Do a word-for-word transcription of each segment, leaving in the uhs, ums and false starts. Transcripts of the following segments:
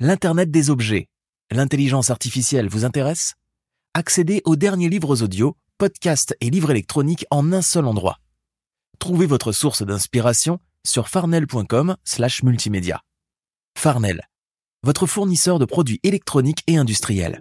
L'Internet des objets, l'intelligence artificielle vous intéresse? Accédez aux derniers livres audio, podcasts et livres électroniques en un seul endroit. Trouvez votre source d'inspiration sur farnell point com slash multimédia. Farnell, votre fournisseur de produits électroniques et industriels.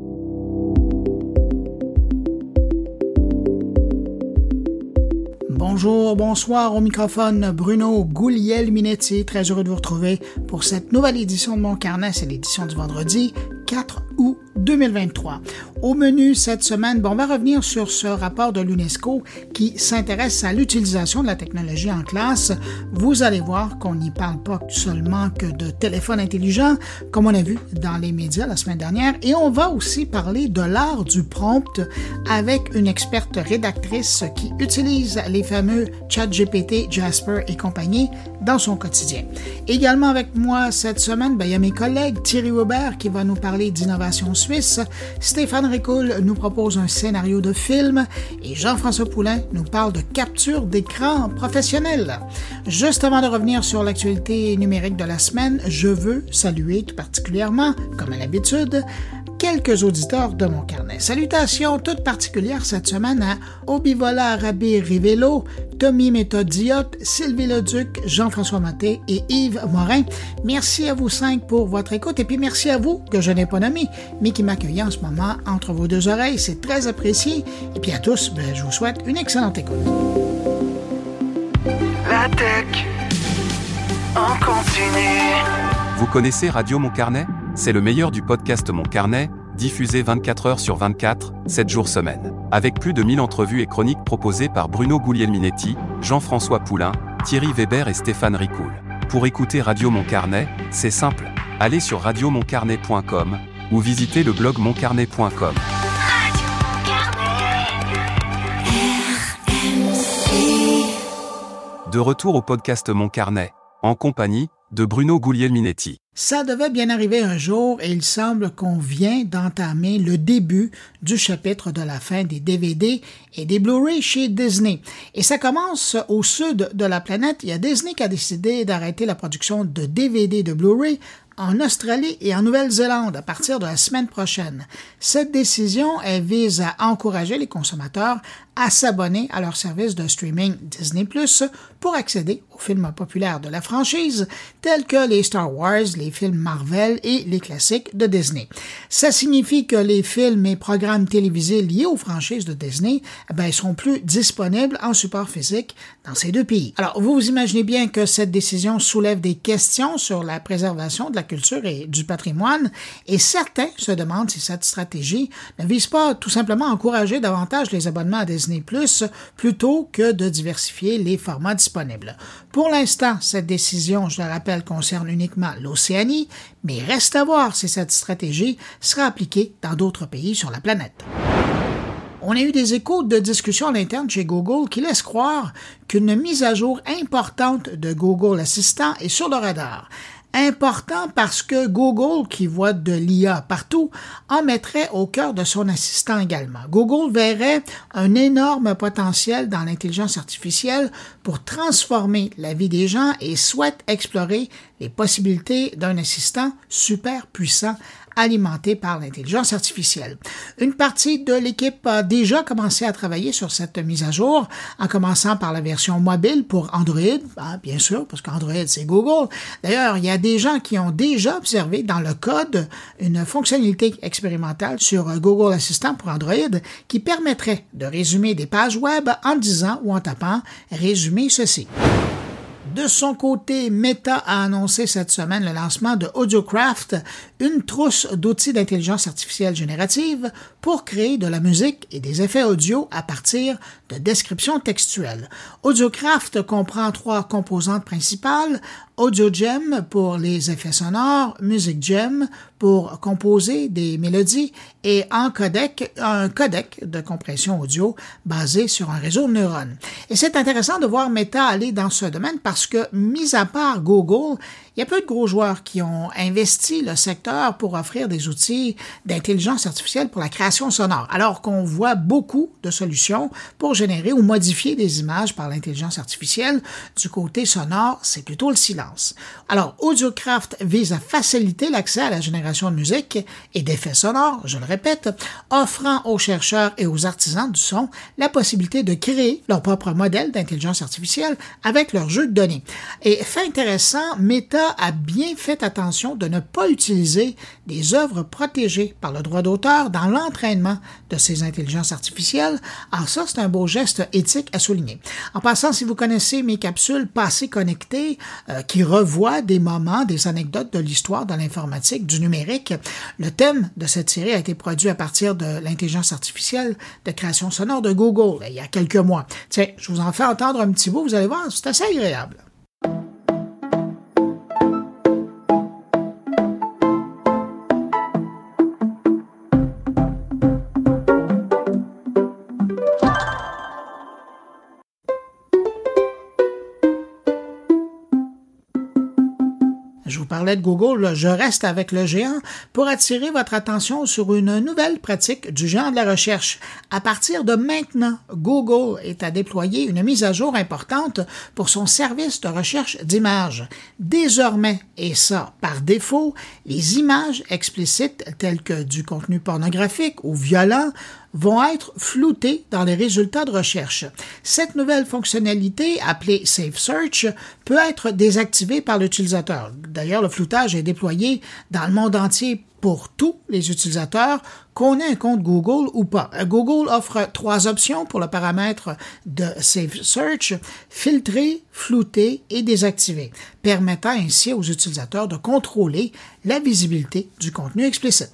Bonjour, bonsoir, au microphone Bruno Guglielminetti, très heureux de vous retrouver pour cette nouvelle édition de Mon Carnet, c'est l'édition du vendredi quatre août deux mille vingt-trois. Au menu cette semaine, bon, on va revenir sur ce rapport de l'UNESCO qui s'intéresse à l'utilisation de la technologie en classe. Vous allez voir qu'on n'y parle pas seulement que de téléphone intelligent, comme on a vu dans les médias la semaine dernière, et on va aussi parler de l'art du prompt avec une experte rédactrice qui utilise les fameux ChatGPT, Jasper et compagnie dans son quotidien. Également avec moi cette semaine, ben, il y a mes collègues Thierry Weber qui va nous parler d'innovation suisse, Stéphane Ricoul nous propose un scénario de film et Jean-François Poulain nous parle de capture d'écran professionnelle. Juste avant de revenir sur l'actualité numérique de la semaine, je veux saluer tout particulièrement, comme à l'habitude, quelques auditeurs de Mon Carnet. Salutations toutes particulières cette semaine à Obivola Rabi Rivello, Tommy Méthode Diot, Sylvie Leduc, Jean-François Maté et Yves Morin. Merci à vous cinq pour votre écoute et puis merci à vous, que je n'ai pas nommé, mais qui m'accueillent en ce moment entre vos deux oreilles. C'est très apprécié. Et puis à tous, ben, je vous souhaite une excellente écoute. La tech en continu. Vous connaissez Radio Mon Carnet? C'est le meilleur du podcast Mon Carnet, diffusé vingt-quatre heures sur vingt-quatre, sept jours semaine. Avec plus de mille entrevues et chroniques proposées par Bruno Guglielminetti, Jean-François Poulain, Thierry Weber et Stéphane Ricoul. Pour écouter Radio Mon Carnet, c'est simple. Allez sur radio mon carnet point com ou visitez le blog mon carnet point com. De retour au podcast Mon Carnet, en compagnie de Bruno Guglielminetti. Ça devait bien arriver un jour et il semble qu'on vient d'entamer le début du chapitre de la fin des D V D et des Blu-ray chez Disney. Et ça commence au sud de la planète. Il y a Disney qui a décidé d'arrêter la production de D V D de Blu-ray en Australie et en Nouvelle-Zélande à partir de la semaine prochaine. Cette décision, elle vise à encourager les consommateurs à s'abonner à leur service de streaming Disney plus, pour accéder aux films populaires de la franchise, tels que les Star Wars, les films Marvel et les classiques de Disney. Ça signifie que les films et programmes télévisés liés aux franchises de Disney eh ben, seront plus disponibles en support physique dans ces deux pays. Alors, vous vous imaginez bien que cette décision soulève des questions sur la préservation de la culture et du patrimoine, et certains se demandent si cette stratégie ne vise pas tout simplement à encourager davantage les abonnements à Disney plus, plutôt que de diversifier les formats disponibles. Pour l'instant, cette décision, je le rappelle, concerne uniquement l'Océanie, mais reste à voir si cette stratégie sera appliquée dans d'autres pays sur la planète. On a eu des échos de discussions à l'interne chez Google qui laissent croire qu'une mise à jour importante de Google Assistant est sur le radar. Important parce que Google, qui voit de l'I A partout, en mettrait au cœur de son assistant également. Google verrait un énorme potentiel dans l'intelligence artificielle pour transformer la vie des gens et souhaite explorer les possibilités d'un assistant super puissant alimenté par l'intelligence artificielle. Une partie de l'équipe a déjà commencé à travailler sur cette mise à jour, en commençant par la version mobile pour Android, hein, bien sûr, parce qu'Android, c'est Google. D'ailleurs, il y a des gens qui ont déjà observé dans le code une fonctionnalité expérimentale sur Google Assistant pour Android qui permettrait de résumer des pages web en disant ou en tapant « Résumer ceci ». De son côté, Meta a annoncé cette semaine le lancement de AudioCraft, une trousse d'outils d'intelligence artificielle générative pour créer de la musique et des effets audio à partir de descriptions textuelles. AudioCraft comprend trois composantes principales: AudioGem pour les effets sonores, MusicGem pour composer des mélodies et Encodec, un codec de compression audio basé sur un réseau de neurones. Et c'est intéressant de voir Meta aller dans ce domaine parce que, mis à part Google, il y a peu de gros joueurs qui ont investi le secteur pour offrir des outils d'intelligence artificielle pour la création sonore, alors qu'on voit beaucoup de solutions pour générer ou modifier des images par l'intelligence artificielle. Du côté sonore, c'est plutôt le silence. Alors, AudioCraft vise à faciliter l'accès à la génération de musique et d'effets sonores, je le répète, offrant aux chercheurs et aux artisans du son la possibilité de créer leur propre modèle d'intelligence artificielle avec leur jeu de données. Et fait intéressant, Meta a bien fait attention de ne pas utiliser des œuvres protégées par le droit d'auteur dans l'entraînement de ces intelligences artificielles. Alors ça, c'est un beau geste éthique à souligner. En passant, si vous connaissez mes capsules Passé connecté, euh, qui revoient des moments, des anecdotes de l'histoire de l'informatique, du numérique, le thème de cette série a été produit à partir de l'intelligence artificielle de création sonore de Google, il y a quelques mois. Tiens, je vous en fais entendre un petit bout, vous allez voir, c'est assez agréable. Je vous parlais de Google, je reste avec le géant pour attirer votre attention sur une nouvelle pratique du géant de la recherche. À partir de maintenant, Google est à déployer une mise à jour importante pour son service de recherche d'images. Désormais, et ça par défaut, les images explicites telles que du contenu pornographique ou violent vont être floutées dans les résultats de recherche. Cette nouvelle fonctionnalité, appelée Safe Search, peut être désactivée par l'utilisateur. D'ailleurs, le floutage est déployé dans le monde entier pour tous les utilisateurs, qu'on ait un compte Google ou pas. Google offre trois options pour le paramètre de Safe Search: filtrer, flouter et désactiver, permettant ainsi aux utilisateurs de contrôler la visibilité du contenu explicite.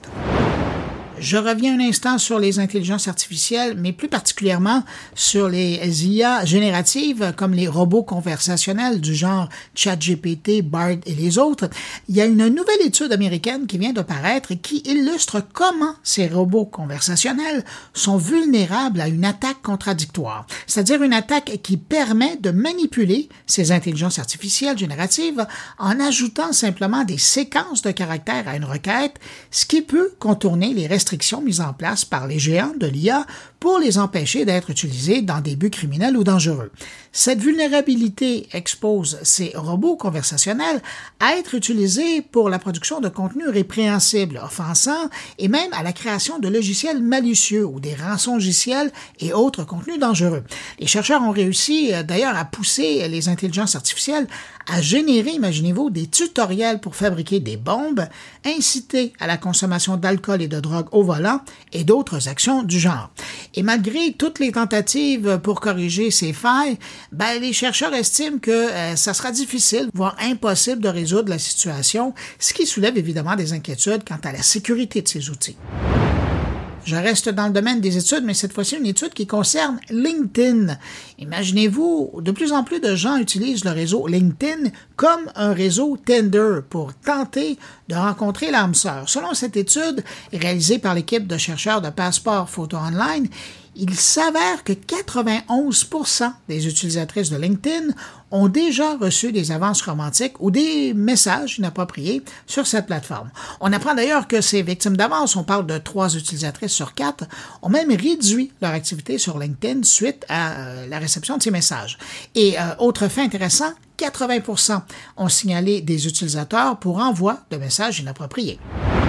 Je reviens un instant sur les intelligences artificielles, mais plus particulièrement sur les I A génératives comme les robots conversationnels du genre ChatGPT, Bard et les autres. Il y a une nouvelle étude américaine qui vient de paraître et qui illustre comment ces robots conversationnels sont vulnérables à une attaque contradictoire, c'est-à-dire une attaque qui permet de manipuler ces intelligences artificielles génératives en ajoutant simplement des séquences de caractères à une requête, ce qui peut contourner les restrictions mises en place par les géants de l'I A pour les empêcher d'être utilisés dans des buts criminels ou dangereux. Cette vulnérabilité expose ces robots conversationnels à être utilisés pour la production de contenus répréhensibles, offensants et même à la création de logiciels malicieux ou des rançongiciels et autres contenus dangereux. Les chercheurs ont réussi d'ailleurs à pousser les intelligences artificielles à générer, imaginez-vous, des tutoriels pour fabriquer des bombes, inciter à la consommation d'alcool et de drogue au volant et d'autres actions du genre. Et malgré toutes les tentatives pour corriger ces failles, ben, les chercheurs estiment que euh, ça sera difficile, voire impossible de résoudre la situation, ce qui soulève évidemment des inquiétudes quant à la sécurité de ces outils. Je reste dans le domaine des études, mais cette fois-ci une étude qui concerne LinkedIn. Imaginez-vous, de plus en plus de gens utilisent le réseau LinkedIn comme un réseau Tinder pour tenter de rencontrer l'âme sœur. Selon cette étude réalisée par l'équipe de chercheurs de Passport Photo Online, il s'avère que quatre-vingt-onze pour cent des utilisatrices de LinkedIn ont déjà reçu des avances romantiques ou des messages inappropriés sur cette plateforme. On apprend d'ailleurs que ces victimes d'avances, on parle de trois utilisatrices sur quatre, ont même réduit leur activité sur LinkedIn suite à euh, la réception de ces messages. Et euh, autre fait intéressant, quatre-vingts pour cent ont signalé des utilisateurs pour envoi de messages inappropriés.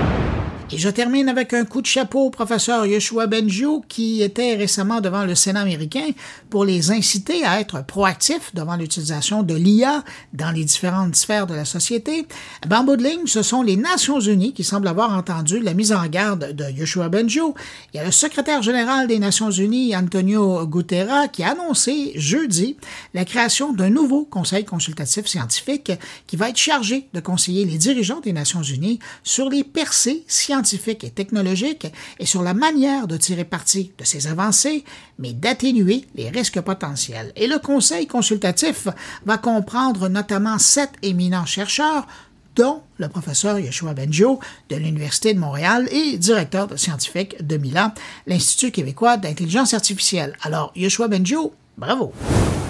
Et je termine avec un coup de chapeau au professeur Yoshua Bengio qui était récemment devant le Sénat américain pour les inciter à être proactifs devant l'utilisation de l'I A dans les différentes sphères de la société. En bout de ligne, ce sont les Nations unies qui semblent avoir entendu la mise en garde de Yoshua Bengio. Il y a le secrétaire général des Nations unies, Antonio Guterres, qui a annoncé jeudi la création d'un nouveau conseil consultatif scientifique qui va être chargé de conseiller les dirigeants des Nations unies sur les percées scientifiques scientifiques et technologiques et sur la manière de tirer parti de ces avancées, mais d'atténuer les risques potentiels. Et le Conseil consultatif va comprendre notamment sept éminents chercheurs, dont le professeur Yoshua Bengio de l'Université de Montréal et directeur de scientifique de Milan, l'Institut québécois d'intelligence artificielle. Alors, Yoshua Bengio, bravo!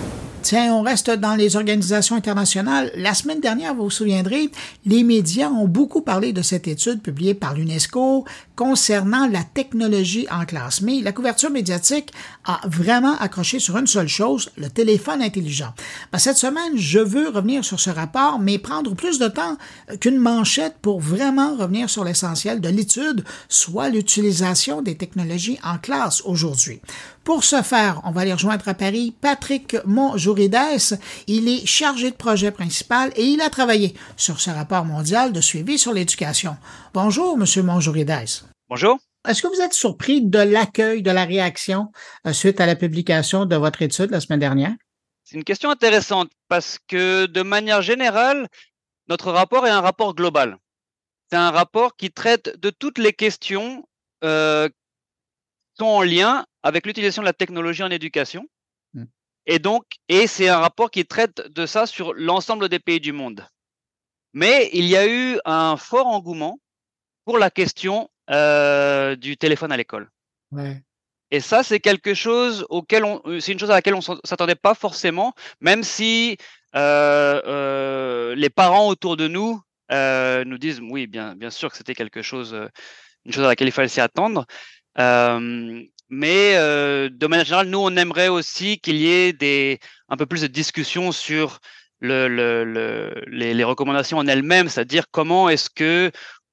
Tiens, on reste dans les organisations internationales. La semaine dernière, vous vous souviendrez, les médias ont beaucoup parlé de cette étude publiée par l'UNESCO concernant la technologie en classe. Mais la couverture médiatique a vraiment accroché sur une seule chose, le téléphone intelligent. Ben, cette semaine, je veux revenir sur ce rapport, mais prendre plus de temps qu'une manchette pour vraiment revenir sur l'essentiel de l'étude, soit l'utilisation des technologies en classe aujourd'hui. Pour ce faire, on va aller rejoindre à Paris Patrick Monjourides. Il est chargé de projet principal et il a travaillé sur ce rapport mondial de suivi sur l'éducation. Bonjour, Monsieur Monjourides. Bonjour. Est-ce que vous êtes surpris de l'accueil, de la réaction euh, suite à la publication de votre étude la semaine dernière? C'est une question intéressante parce que de manière générale, notre rapport est un rapport global. C'est un rapport qui traite de toutes les questions euh, qui sont en lien avec l'utilisation de la technologie en éducation. Mmh. Et donc, et c'est un rapport qui traite de ça sur l'ensemble des pays du monde. Mais il y a eu un fort engouement pour la question euh, du téléphone à l'école. Ouais. Et ça, c'est quelque chose auquel on, c'est une chose à laquelle on s'attendait pas forcément, même si euh, euh, les parents autour de nous euh, nous disent oui, bien, bien sûr que c'était quelque chose, une chose à laquelle il fallait s'y attendre. Euh, mais euh, de manière générale, nous, on aimerait aussi qu'il y ait des, un peu plus de discussion sur le, le, le, les, les recommandations en elles-mêmes, c'est-à-dire comment est-ce que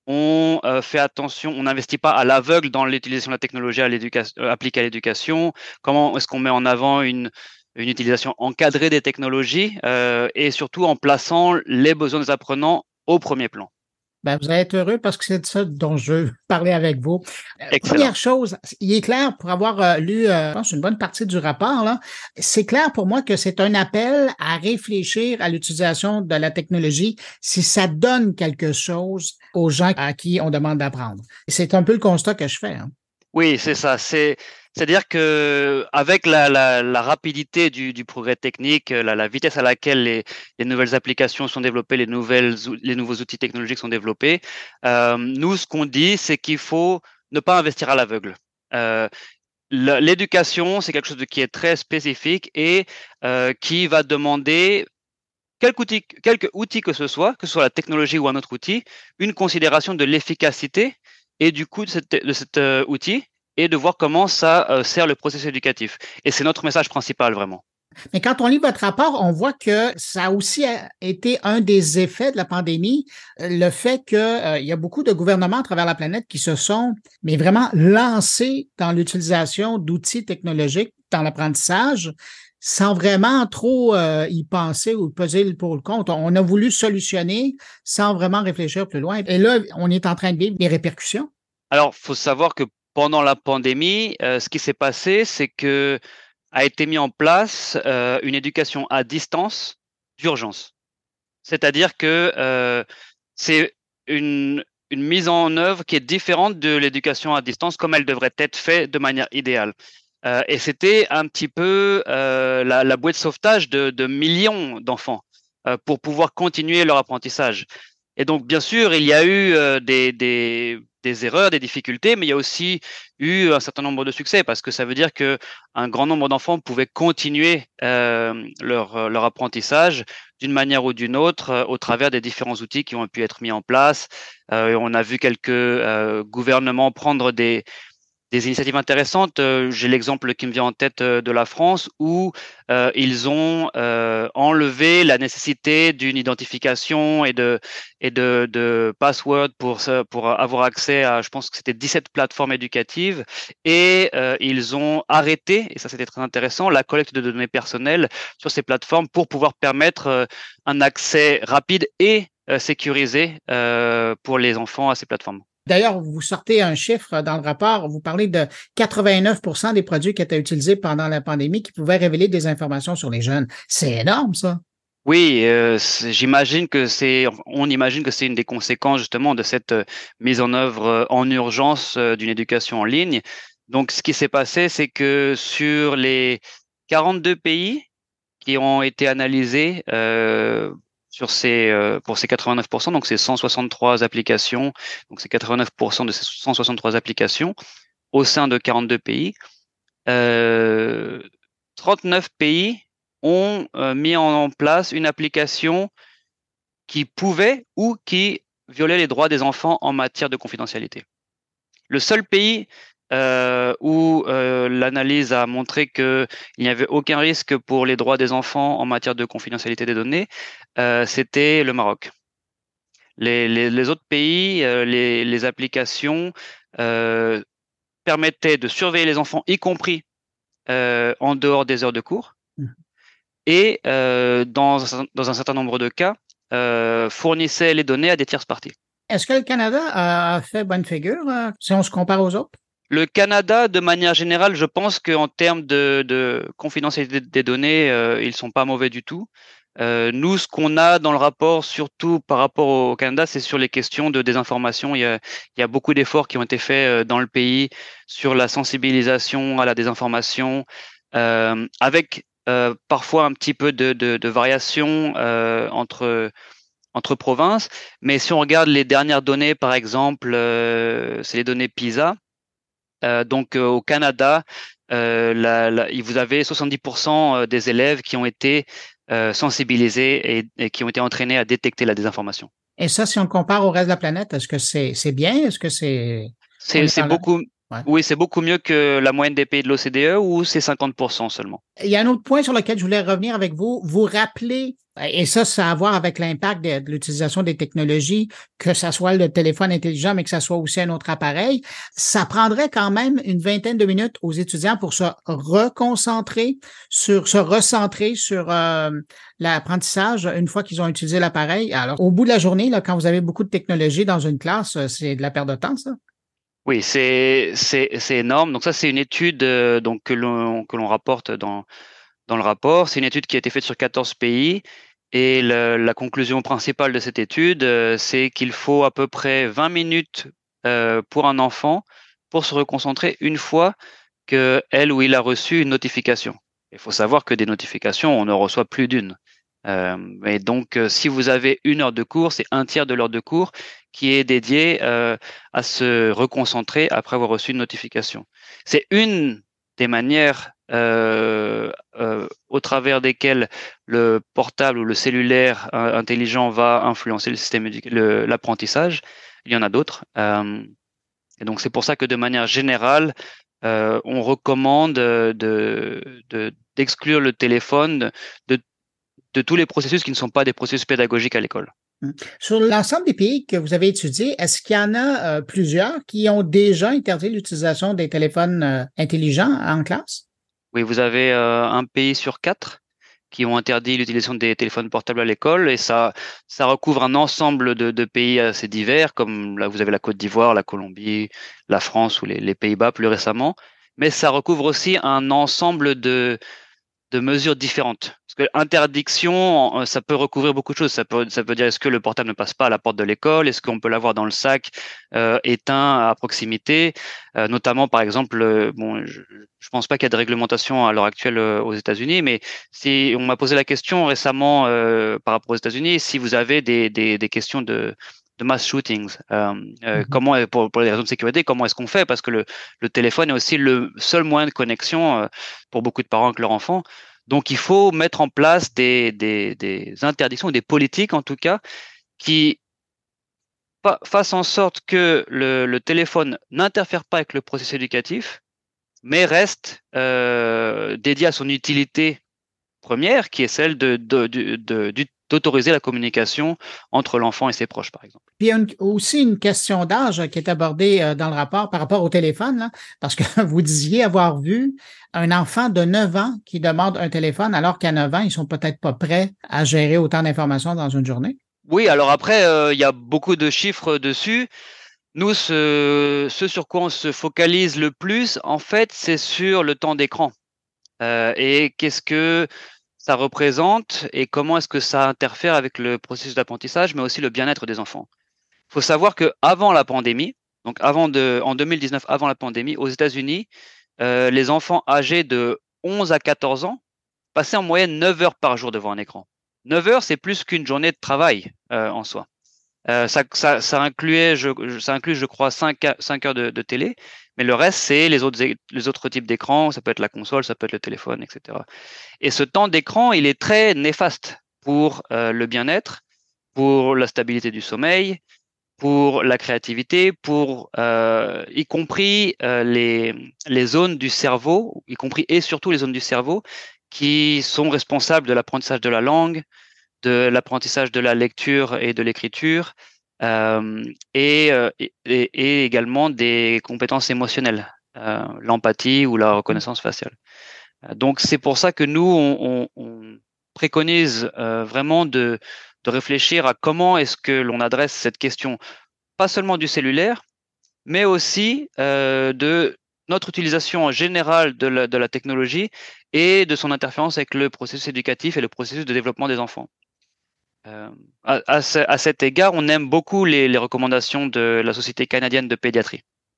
on euh, fait attention, on n'investit pas à l'aveugle dans l'utilisation de la technologie à l'éducation, euh, appliquée à l'éducation, comment est-ce qu'on met en avant une, une utilisation encadrée des technologies euh, et surtout en plaçant les besoins des apprenants au premier plan. Ben, vous allez être heureux parce que c'est de ça dont je veux parler avec vous. Excellent. Première chose, il est clair pour avoir euh, lu, euh, je pense, une bonne partie du rapport, là, c'est clair pour moi que c'est un appel à réfléchir à l'utilisation de la technologie si ça donne quelque chose aux gens à qui on demande d'apprendre. C'est un peu le constat que je fais. Hein. Oui, c'est ça. C'est, c'est-à-dire que avec la, la, la rapidité du, du progrès technique, la, la vitesse à laquelle les, les nouvelles applications sont développées, les nouvelles, les nouveaux outils technologiques sont développés, euh, nous, ce qu'on dit, c'est qu'il faut ne pas investir à l'aveugle. Euh, l'éducation, c'est quelque chose de, qui est très spécifique et euh, qui va demander quelque outil, quelque outil que ce soit, que ce soit la technologie ou un autre outil, une considération de l'efficacité et du coût de, cette, de cet euh, outil et de voir comment ça euh, sert le processus éducatif. Et c'est notre message principal, vraiment. Mais quand on lit votre rapport, on voit que ça a aussi été un des effets de la pandémie, le fait qu'il euh, y a beaucoup de gouvernements à travers la planète qui se sont, mais vraiment lancés dans l'utilisation d'outils technologiques dans l'apprentissage, sans vraiment trop euh, y penser ou peser le pour ou le contre. On a voulu solutionner sans vraiment réfléchir plus loin. Et là, on est en train de vivre des répercussions. Alors, faut savoir que pendant la pandémie, euh, ce qui s'est passé, c'est que a été mis en place euh, une éducation à distance d'urgence. C'est-à-dire que euh, c'est une, une mise en œuvre qui est différente de l'éducation à distance comme elle devrait être faite de manière idéale. Euh, et c'était un petit peu euh, la, la bouée de sauvetage de, de millions d'enfants euh, pour pouvoir continuer leur apprentissage. Et donc, bien sûr, il y a eu euh, des, des, des erreurs, des difficultés, mais il y a aussi eu un certain nombre de succès parce que ça veut dire que un grand nombre d'enfants pouvaient continuer euh, leur, leur apprentissage d'une manière ou d'une autre euh, au travers des différents outils qui ont pu être mis en place. Euh, on a vu quelques euh, gouvernements prendre des des initiatives intéressantes. Euh, j'ai l'exemple qui me vient en tête euh, de la France où euh, ils ont euh, enlevé la nécessité d'une identification et de et de, de password pour pour avoir accès à, je pense que c'était dix-sept plateformes éducatives et euh, ils ont arrêté, et ça c'était très intéressant, la collecte de données personnelles sur ces plateformes pour pouvoir permettre euh, un accès rapide et euh, sécurisé euh, pour les enfants à ces plateformes. D'ailleurs, vous sortez un chiffre dans le rapport, vous parlez de quatre-vingt-neuf pour cent des produits qui étaient utilisés pendant la pandémie qui pouvaient révéler des informations sur les jeunes. C'est énorme, ça. Oui, euh, j'imagine que c'est, on imagine que c'est une des conséquences justement de cette euh, mise en œuvre euh, en urgence euh, d'une éducation en ligne. Donc, ce qui s'est passé, c'est que sur les quarante-deux pays qui ont été analysés, euh, sur ces, euh, pour ces quatre-vingt-neuf pour cent, donc c'est cent soixante-trois applications, donc c'est quatre-vingt-neuf pour cent de ces cent soixante-trois applications au sein de quarante-deux pays. Euh, trente-neuf pays ont euh, mis en place une application qui pouvait ou qui violait les droits des enfants en matière de confidentialité. Le seul pays euh, où euh, l'analyse a montré qu'il n'y avait aucun risque pour les droits des enfants en matière de confidentialité des données, euh, c'était le Maroc. Les, les, les autres pays, euh, les, les applications euh, permettaient de surveiller les enfants, y compris euh, en dehors des heures de cours, mmh. et euh, dans, dans un certain nombre de cas, euh, fournissaient les données à des tierces parties. Est-ce que le Canada a fait bonne figure euh, si on se compare aux autres? Le Canada, de manière générale, je pense qu'en termes de, de confidentialité des données, euh, ils sont pas mauvais du tout. Euh, nous, ce qu'on a dans le rapport, surtout par rapport au Canada, c'est sur les questions de désinformation. Il y a, il y a beaucoup d'efforts qui ont été faits dans le pays sur la sensibilisation à la désinformation, euh, avec euh, parfois un petit peu de, de, de variation euh, entre entre provinces. Mais si on regarde les dernières données, par exemple, euh, c'est les données PISA. Euh, donc euh, au Canada, euh, la, la, vous avez soixante-dix pour cent des élèves qui ont été euh, sensibilisés et, et qui ont été entraînés à détecter la désinformation. Et ça, si on compare au reste de la planète, est-ce que c'est c'est bien? Est-ce que c'est... C'est, c'est beaucoup... Ouais. Oui, c'est beaucoup mieux que la moyenne des pays de l'O C D E ou c'est cinquante pour cent seulement. Il y a un autre point sur lequel je voulais revenir avec vous. Vous rappelez, et ça, ça a à voir avec l'impact de, de l'utilisation des technologies, que ça soit le téléphone intelligent, mais que ça soit aussi un autre appareil. Ça prendrait quand même une vingtaine de minutes aux étudiants pour se reconcentrer sur, se recentrer sur euh, l'apprentissage une fois qu'ils ont utilisé l'appareil. Alors, au bout de la journée, là, quand vous avez beaucoup de technologie dans une classe, c'est de la perte de temps, ça? Oui, c'est c'est c'est énorme. Donc ça, c'est une étude euh, donc que l'on que l'on rapporte dans dans le rapport. C'est une étude qui a été faite sur quatorze pays et le, la conclusion principale de cette étude, euh, c'est qu'il faut à peu près vingt minutes euh, pour un enfant pour se reconcentrer une fois que elle ou il a reçu une notification. Il faut savoir que des notifications, on ne reçoit plus d'une. Euh, et donc, euh, si vous avez une heure de cours, c'est un tiers de l'heure de cours qui est dédié euh, à se reconcentrer après avoir reçu une notification. C'est une des manières euh, euh, au travers desquelles le portable ou le cellulaire euh, intelligent va influencer le système le, l'apprentissage. Il y en a d'autres. Euh, et donc, c'est pour ça que de manière générale, euh, on recommande de, de, d'exclure le téléphone de de tous les processus qui ne sont pas des processus pédagogiques à l'école. Sur l'ensemble des pays que vous avez étudiés, est-ce qu'il y en a euh, plusieurs qui ont déjà interdit l'utilisation des téléphones euh, intelligents en classe? Oui, vous avez euh, un pays sur quatre qui ont interdit l'utilisation des téléphones portables à l'école et ça, ça recouvre un ensemble de, de pays assez divers, comme là vous avez la Côte d'Ivoire, la Colombie, la France ou les, les Pays-Bas plus récemment, mais ça recouvre aussi un ensemble de de mesures différentes. Parce que interdiction, ça peut recouvrir beaucoup de choses. Ça peut, ça peut dire est-ce que le portable ne passe pas à la porte de l'école, est-ce qu'on peut l'avoir dans le sac euh, éteint à proximité, euh, notamment par exemple, euh, bon, je, je pense pas qu'il y a de réglementation à l'heure actuelle euh, aux États-Unis, mais si on m'a posé la question récemment euh, par rapport aux États-Unis, si vous avez des, des, des questions de de mass shootings, euh, euh, mm-hmm. comment pour, pour les raisons de sécurité, comment est-ce qu'on fait? Parce que le, le téléphone est aussi le seul moyen de connexion euh, pour beaucoup de parents avec leurs enfants. Donc, il faut mettre en place des, des, des interdictions, des politiques en tout cas, qui fa- fassent en sorte que le, le téléphone n'interfère pas avec le processus éducatif, mais reste euh, dédié à son utilité première, qui est celle de, de, de, de, de d'autoriser la communication entre l'enfant et ses proches, par exemple. Puis il y a une, aussi une question d'âge qui est abordée dans le rapport par rapport au téléphone, là, parce que vous disiez avoir vu un enfant de neuf ans qui demande un téléphone, alors qu'à neuf ans, ils sont peut-être pas prêts à gérer autant d'informations dans une journée. Oui, alors après, euh, il y a beaucoup de chiffres dessus. Nous, ce, ce sur quoi on se focalise le plus, en fait, c'est sur le temps d'écran. Euh, et qu'est-ce que ça représente et comment est-ce que ça interfère avec le processus d'apprentissage, mais aussi le bien-être des enfants. Il faut savoir que avant la pandémie, donc avant de, en deux mille dix-neuf, avant la pandémie, aux États-Unis, euh, les enfants âgés de onze à quatorze ans passaient en moyenne neuf heures par jour devant un écran. neuf heures, c'est plus qu'une journée de travail euh, en soi. Euh, ça, ça, ça incluait, je, ça inclut, je crois, cinq, cinq heures de, de télé, Mais le reste, c'est les autres, les autres types d'écran. Ça peut être la console, ça peut être le téléphone, et cetera. Et ce temps d'écran, il est très néfaste pour euh, le bien-être, pour la stabilité du sommeil, pour la créativité, pour euh, y compris euh, les, les zones du cerveau, y compris et surtout les zones du cerveau qui sont responsables de l'apprentissage de la langue, de l'apprentissage de la lecture et de l'écriture, euh, et, et, et également des compétences émotionnelles, euh, l'empathie ou la reconnaissance faciale. Donc c'est pour ça que nous, on, on, on préconise euh, vraiment de de réfléchir à comment est-ce que l'on adresse cette question, pas seulement du cellulaire, mais aussi euh, de notre utilisation en général de la, de la technologie et de son interférence avec le processus éducatif et le processus de développement des enfants. Euh, à, à, ce, à cet égard, on aime beaucoup les, les recommandations de la Société canadienne de pédiatrie,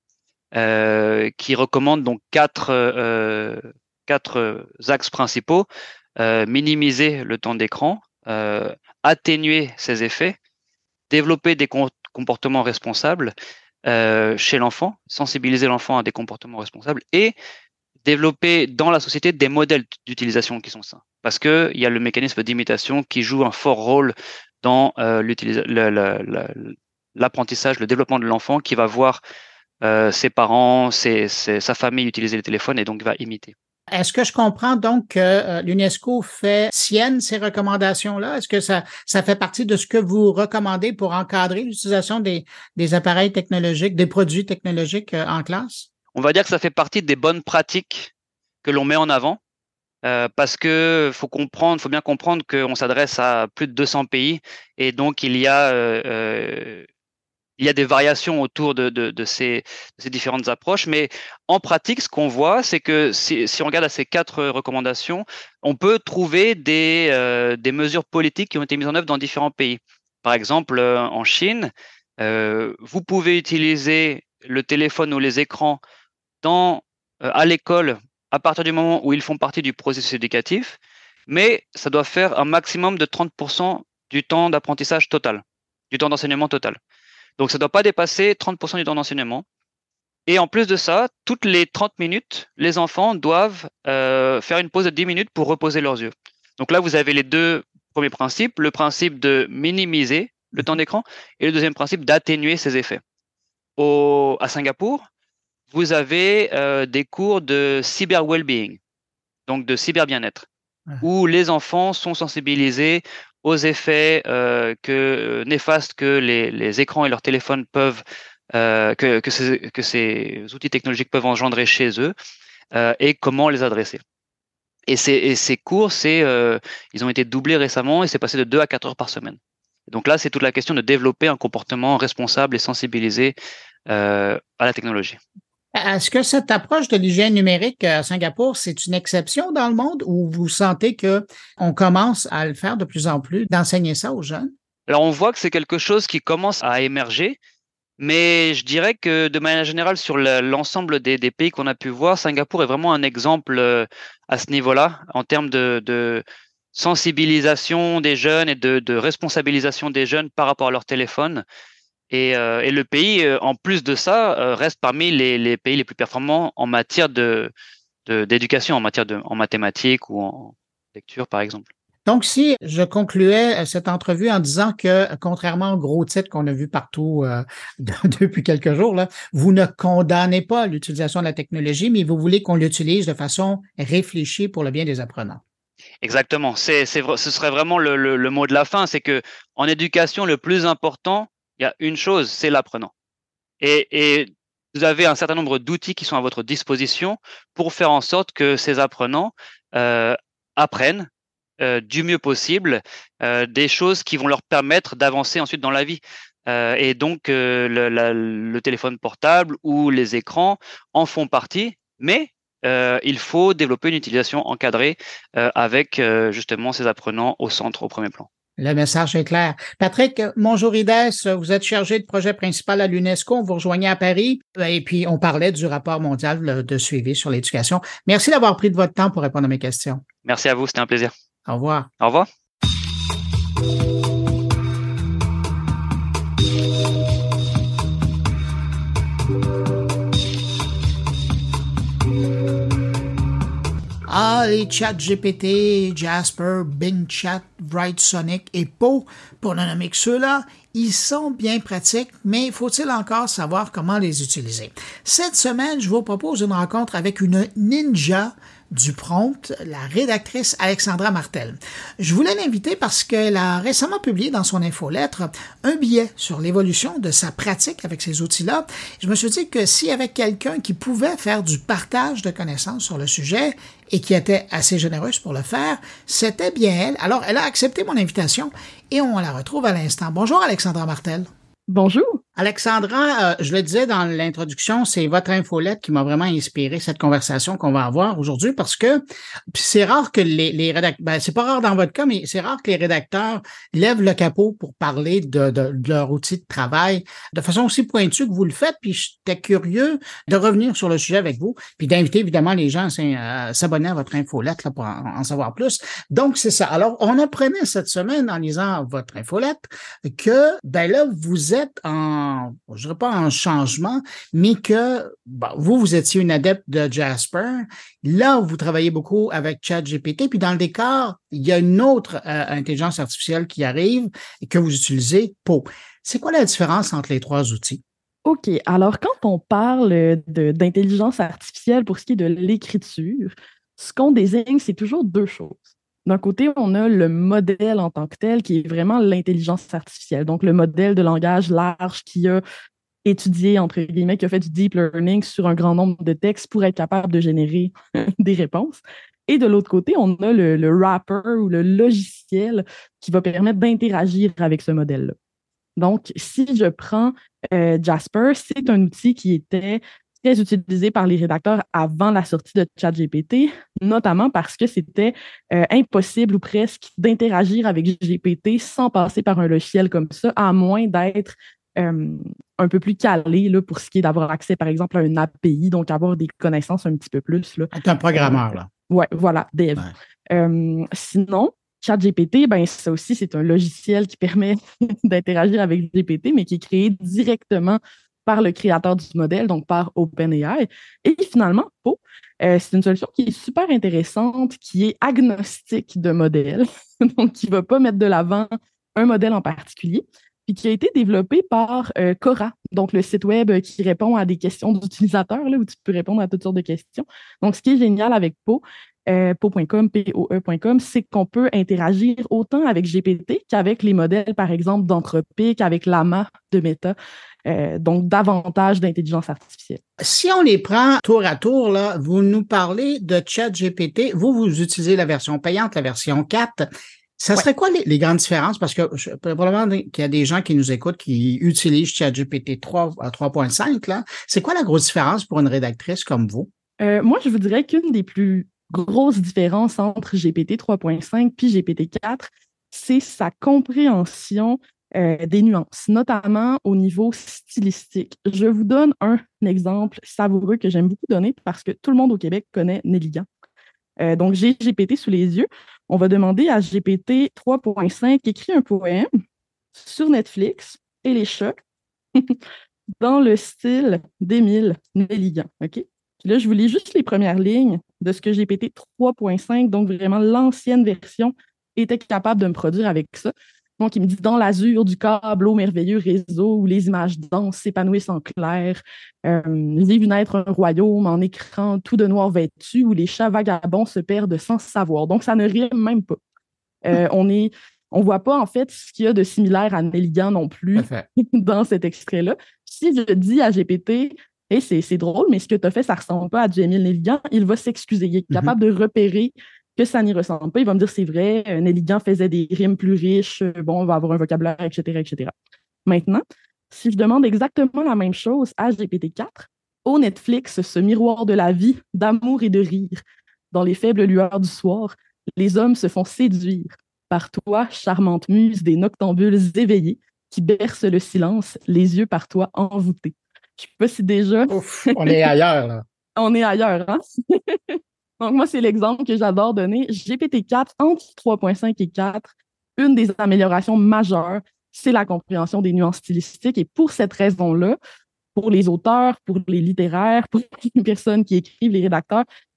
euh, qui recommande donc quatre, euh, quatre axes principaux. Euh, minimiser le temps d'écran, euh, atténuer ses effets, développer des com- comportements responsables euh, chez l'enfant, sensibiliser l'enfant à des comportements responsables et développer dans la société des modèles d'utilisation qui sont sains. Parce qu'il y a le mécanisme d'imitation qui joue un fort rôle dans euh, l'utilisa- le, le, le, l'apprentissage, le développement de l'enfant qui va voir euh, ses parents, ses, ses, sa famille utiliser le téléphone et donc va imiter. Est-ce que je comprends donc que euh, l'UNESCO fait sienne ces recommandations-là? Est-ce que ça, ça fait partie de ce que vous recommandez pour encadrer l'utilisation des, des appareils technologiques, des produits technologiques euh, en classe? On va dire que ça fait partie des bonnes pratiques que l'on met en avant euh, parce que faut comprendre, faut bien comprendre qu'on s'adresse à plus de deux cents pays et donc il y a euh, euh, il y a des variations autour de, de, de, ces, de ces différentes approches, mais en pratique, ce qu'on voit, c'est que si, si on regarde à ces quatre recommandations, on peut trouver des, euh, des mesures politiques qui ont été mises en œuvre dans différents pays. Par exemple, euh, en Chine, euh, vous pouvez utiliser le téléphone ou les écrans dans, euh, à l'école à partir du moment où ils font partie du processus éducatif, mais ça doit faire un maximum de trente pour cent du temps d'apprentissage total, du temps d'enseignement total. Donc, ça ne doit pas dépasser trente pour cent du temps d'enseignement. Et en plus de ça, toutes les trente minutes, les enfants doivent euh, faire une pause de dix minutes pour reposer leurs yeux. Donc là, vous avez les deux premiers principes. Le principe de minimiser le temps d'écran et le deuxième principe d'atténuer ses effets. Au, à Singapour, vous avez euh, des cours de cyber well-being, donc de cyber bien-être, mmh. où les enfants sont sensibilisés aux effets euh, que, euh, néfastes que les, les écrans et leurs téléphones peuvent, euh, que, que, ces, que ces outils technologiques peuvent engendrer chez eux euh, et comment les adresser. Et ces, et ces cours, c'est, euh, ils ont été doublés récemment et c'est passé de deux à quatre heures par semaine. Donc là, c'est toute la question de développer un comportement responsable et sensibilisé euh, à la technologie. Est-ce que cette approche de l'hygiène numérique à Singapour, c'est une exception dans le monde ou vous sentez que on commence à le faire de plus en plus, d'enseigner ça aux jeunes? Alors, on voit que c'est quelque chose qui commence à émerger, mais je dirais que de manière générale, sur le, l'ensemble des, des pays qu'on a pu voir, Singapour est vraiment un exemple à ce niveau-là, en termes de, de sensibilisation des jeunes et de, de responsabilisation des jeunes par rapport à leur téléphone. Et, euh, et le pays, euh, en plus de ça, euh, reste parmi les, les pays les plus performants en matière de, de, d'éducation, en matière de en mathématiques ou en lecture, par exemple. Donc, si je concluais cette entrevue en disant que, contrairement aux gros titres qu'on a vus partout euh, depuis quelques jours, là, vous ne condamnez pas l'utilisation de la technologie, mais vous voulez qu'on l'utilise de façon réfléchie pour le bien des apprenants. Exactement. C'est, c'est, ce serait vraiment le, le, le mot de la fin. C'est que en éducation, le plus important, il y a une chose, c'est l'apprenant. Et, et vous avez un certain nombre d'outils qui sont à votre disposition pour faire en sorte que ces apprenants euh, apprennent euh, du mieux possible euh, des choses qui vont leur permettre d'avancer ensuite dans la vie. Euh, et donc, euh, le, la, le téléphone portable ou les écrans en font partie, mais euh, il faut développer une utilisation encadrée euh, avec euh, justement ces apprenants au centre, au premier plan. Le message est clair. Patrick Monjourides, vous êtes chargé de projet principal à l'UNESCO. Vous rejoignez à Paris et puis on parlait du rapport mondial de suivi sur l'éducation. Merci d'avoir pris de votre temps pour répondre à mes questions. Merci à vous, c'était un plaisir. Au revoir. Au revoir. là, les ChatGPT, Jasper, Bing Chat, Write-Sonic et Poe, pour ne nommer que ceux-là, ils sont bien pratiques, mais faut-il encore savoir comment les utiliser? Cette semaine, je vous propose une rencontre avec une ninja du prompt, la rédactrice Alexandra Martel. Je voulais l'inviter parce qu'elle a récemment publié dans son infolettre un billet sur l'évolution de sa pratique avec ces outils-là. Je me suis dit que s'il y avait quelqu'un qui pouvait faire du partage de connaissances sur le sujet et qui était assez généreuse pour le faire, c'était bien elle. Alors, elle a accepté mon invitation et on la retrouve à l'instant. Bonjour Alexandra Martel. Bonjour. Alexandra, euh, je le disais dans l'introduction, c'est votre infolette qui m'a vraiment inspiré cette conversation qu'on va avoir aujourd'hui parce que c'est rare que les, les rédacteurs, ben, c'est pas rare dans votre cas, mais c'est rare que les rédacteurs lèvent le capot pour parler de, de, de leur outil de travail de façon aussi pointue que vous le faites. Puis j'étais curieux de revenir sur le sujet avec vous, puis d'inviter évidemment les gens à s'abonner à votre infolette là, pour en, en savoir plus. Donc, c'est ça. Alors, on apprenait cette semaine en lisant votre infolette que, ben là, vous êtes en je dirais pas en changement, mais que bon, vous, vous étiez une adepte de Jasper. Là, vous travaillez beaucoup avec ChatGPT. Puis dans le décor, il y a une autre euh, intelligence artificielle qui arrive et que vous utilisez, Poe. C'est quoi la différence entre les trois outils? OK. Alors, quand on parle de, d'intelligence artificielle pour ce qui est de l'écriture, ce qu'on désigne, c'est toujours deux choses. D'un côté, on a le modèle en tant que tel, qui est vraiment l'intelligence artificielle. Donc, le modèle de langage large qui a étudié, entre guillemets, qui a fait du deep learning sur un grand nombre de textes pour être capable de générer des réponses. Et de l'autre côté, on a le, le wrapper ou le logiciel qui va permettre d'interagir avec ce modèle-là. Donc, si je prends euh, Jasper, c'est un outil qui était très utilisé par les rédacteurs avant la sortie de ChatGPT, notamment parce que c'était euh, impossible ou presque d'interagir avec G P T sans passer par un logiciel comme ça, à moins d'être euh, un peu plus calé là, pour ce qui est d'avoir accès, par exemple, à une A P I, donc avoir des connaissances un petit peu plus. Là. Être un programmeur, là. Euh, ouais, voilà, dev. Ouais. Euh, sinon, ChatGPT, ben ça aussi, c'est un logiciel qui permet d'interagir avec G P T, mais qui est créé directement par le créateur du modèle, donc par OpenAI. Et finalement, Poe, euh, c'est une solution qui est super intéressante, qui est agnostique de modèle, donc qui ne va pas mettre de l'avant un modèle en particulier, puis qui a été développé par euh, Quora, donc le site web qui répond à des questions d'utilisateurs, là, où tu peux répondre à toutes sortes de questions. Donc, ce qui est génial avec Poe, Euh, Poe point com, P O E point com, c'est qu'on peut interagir autant avec G P T qu'avec les modèles, par exemple, d'Anthropic, avec Llama de Meta, euh, donc davantage d'intelligence artificielle. Si on les prend tour à tour, là, vous nous parlez de ChatGPT, vous, vous utilisez la version payante, la version quatre. Ça serait ouais. quoi les, les grandes différences? Parce que je, probablement qu'il y a des gens qui nous écoutent qui utilisent ChatGPT trois à trois point cinq. Là. C'est quoi la grosse différence pour une rédactrice comme vous? Euh, moi, je vous dirais qu'une des plus grosse différence entre G P T trois point cinq puis G P T quatre, c'est sa compréhension euh, des nuances, notamment au niveau stylistique. Je vous donne un exemple savoureux que j'aime beaucoup donner parce que tout le monde au Québec connaît Nelligan. Euh, donc, j'ai G P T sous les yeux. On va demander à G P T trois point cinq écrit un poème sur Netflix et les chats dans le style d'Émile Nelligan. OK? Puis là, je vous lis juste les premières lignes de ce que G P T trois point cinq, donc vraiment l'ancienne version, était capable de me produire avec ça. Donc, il me dit « Dans l'azur du câble, au merveilleux réseau où les images denses s'épanouissent en clair, euh, j'ai vu naître un royaume en écran tout de noir vêtu où les chats vagabonds se perdent sans savoir. » Donc, ça ne rime même pas. Euh, on est... On ne voit pas, en fait, ce qu'il y a de similaire à Nelligan non plus dans cet extrait-là. Si je dis à G P T... Hey, c'est, c'est drôle, mais ce que tu as fait, ça ne ressemble pas à du Émile Nelligan. Il va s'excuser. Il est capable mm-hmm. de repérer que ça n'y ressemble pas. Il va me dire, c'est vrai, euh, Nelligan faisait des rimes plus riches, euh, bon, on va avoir un vocabulaire, et cetera, et cetera. Maintenant, si je demande exactement la même chose à G P T quatre, au Netflix, ce miroir de la vie, d'amour et de rire, dans les faibles lueurs du soir, les hommes se font séduire par toi, charmante muse des noctambules éveillés, qui bercent le silence, les yeux par toi envoûtés. Je ne sais pas si déjà... Ouf, on est ailleurs, là. On est ailleurs, hein? Donc, moi, c'est l'exemple que j'adore donner. G P T quatre, entre trois point cinq et quatre, une des améliorations majeures, c'est la compréhension des nuances stylistiques. Et pour cette raison-là, pour les auteurs, pour les littéraires, pour les personnes qui écrivent, les rédacteurs,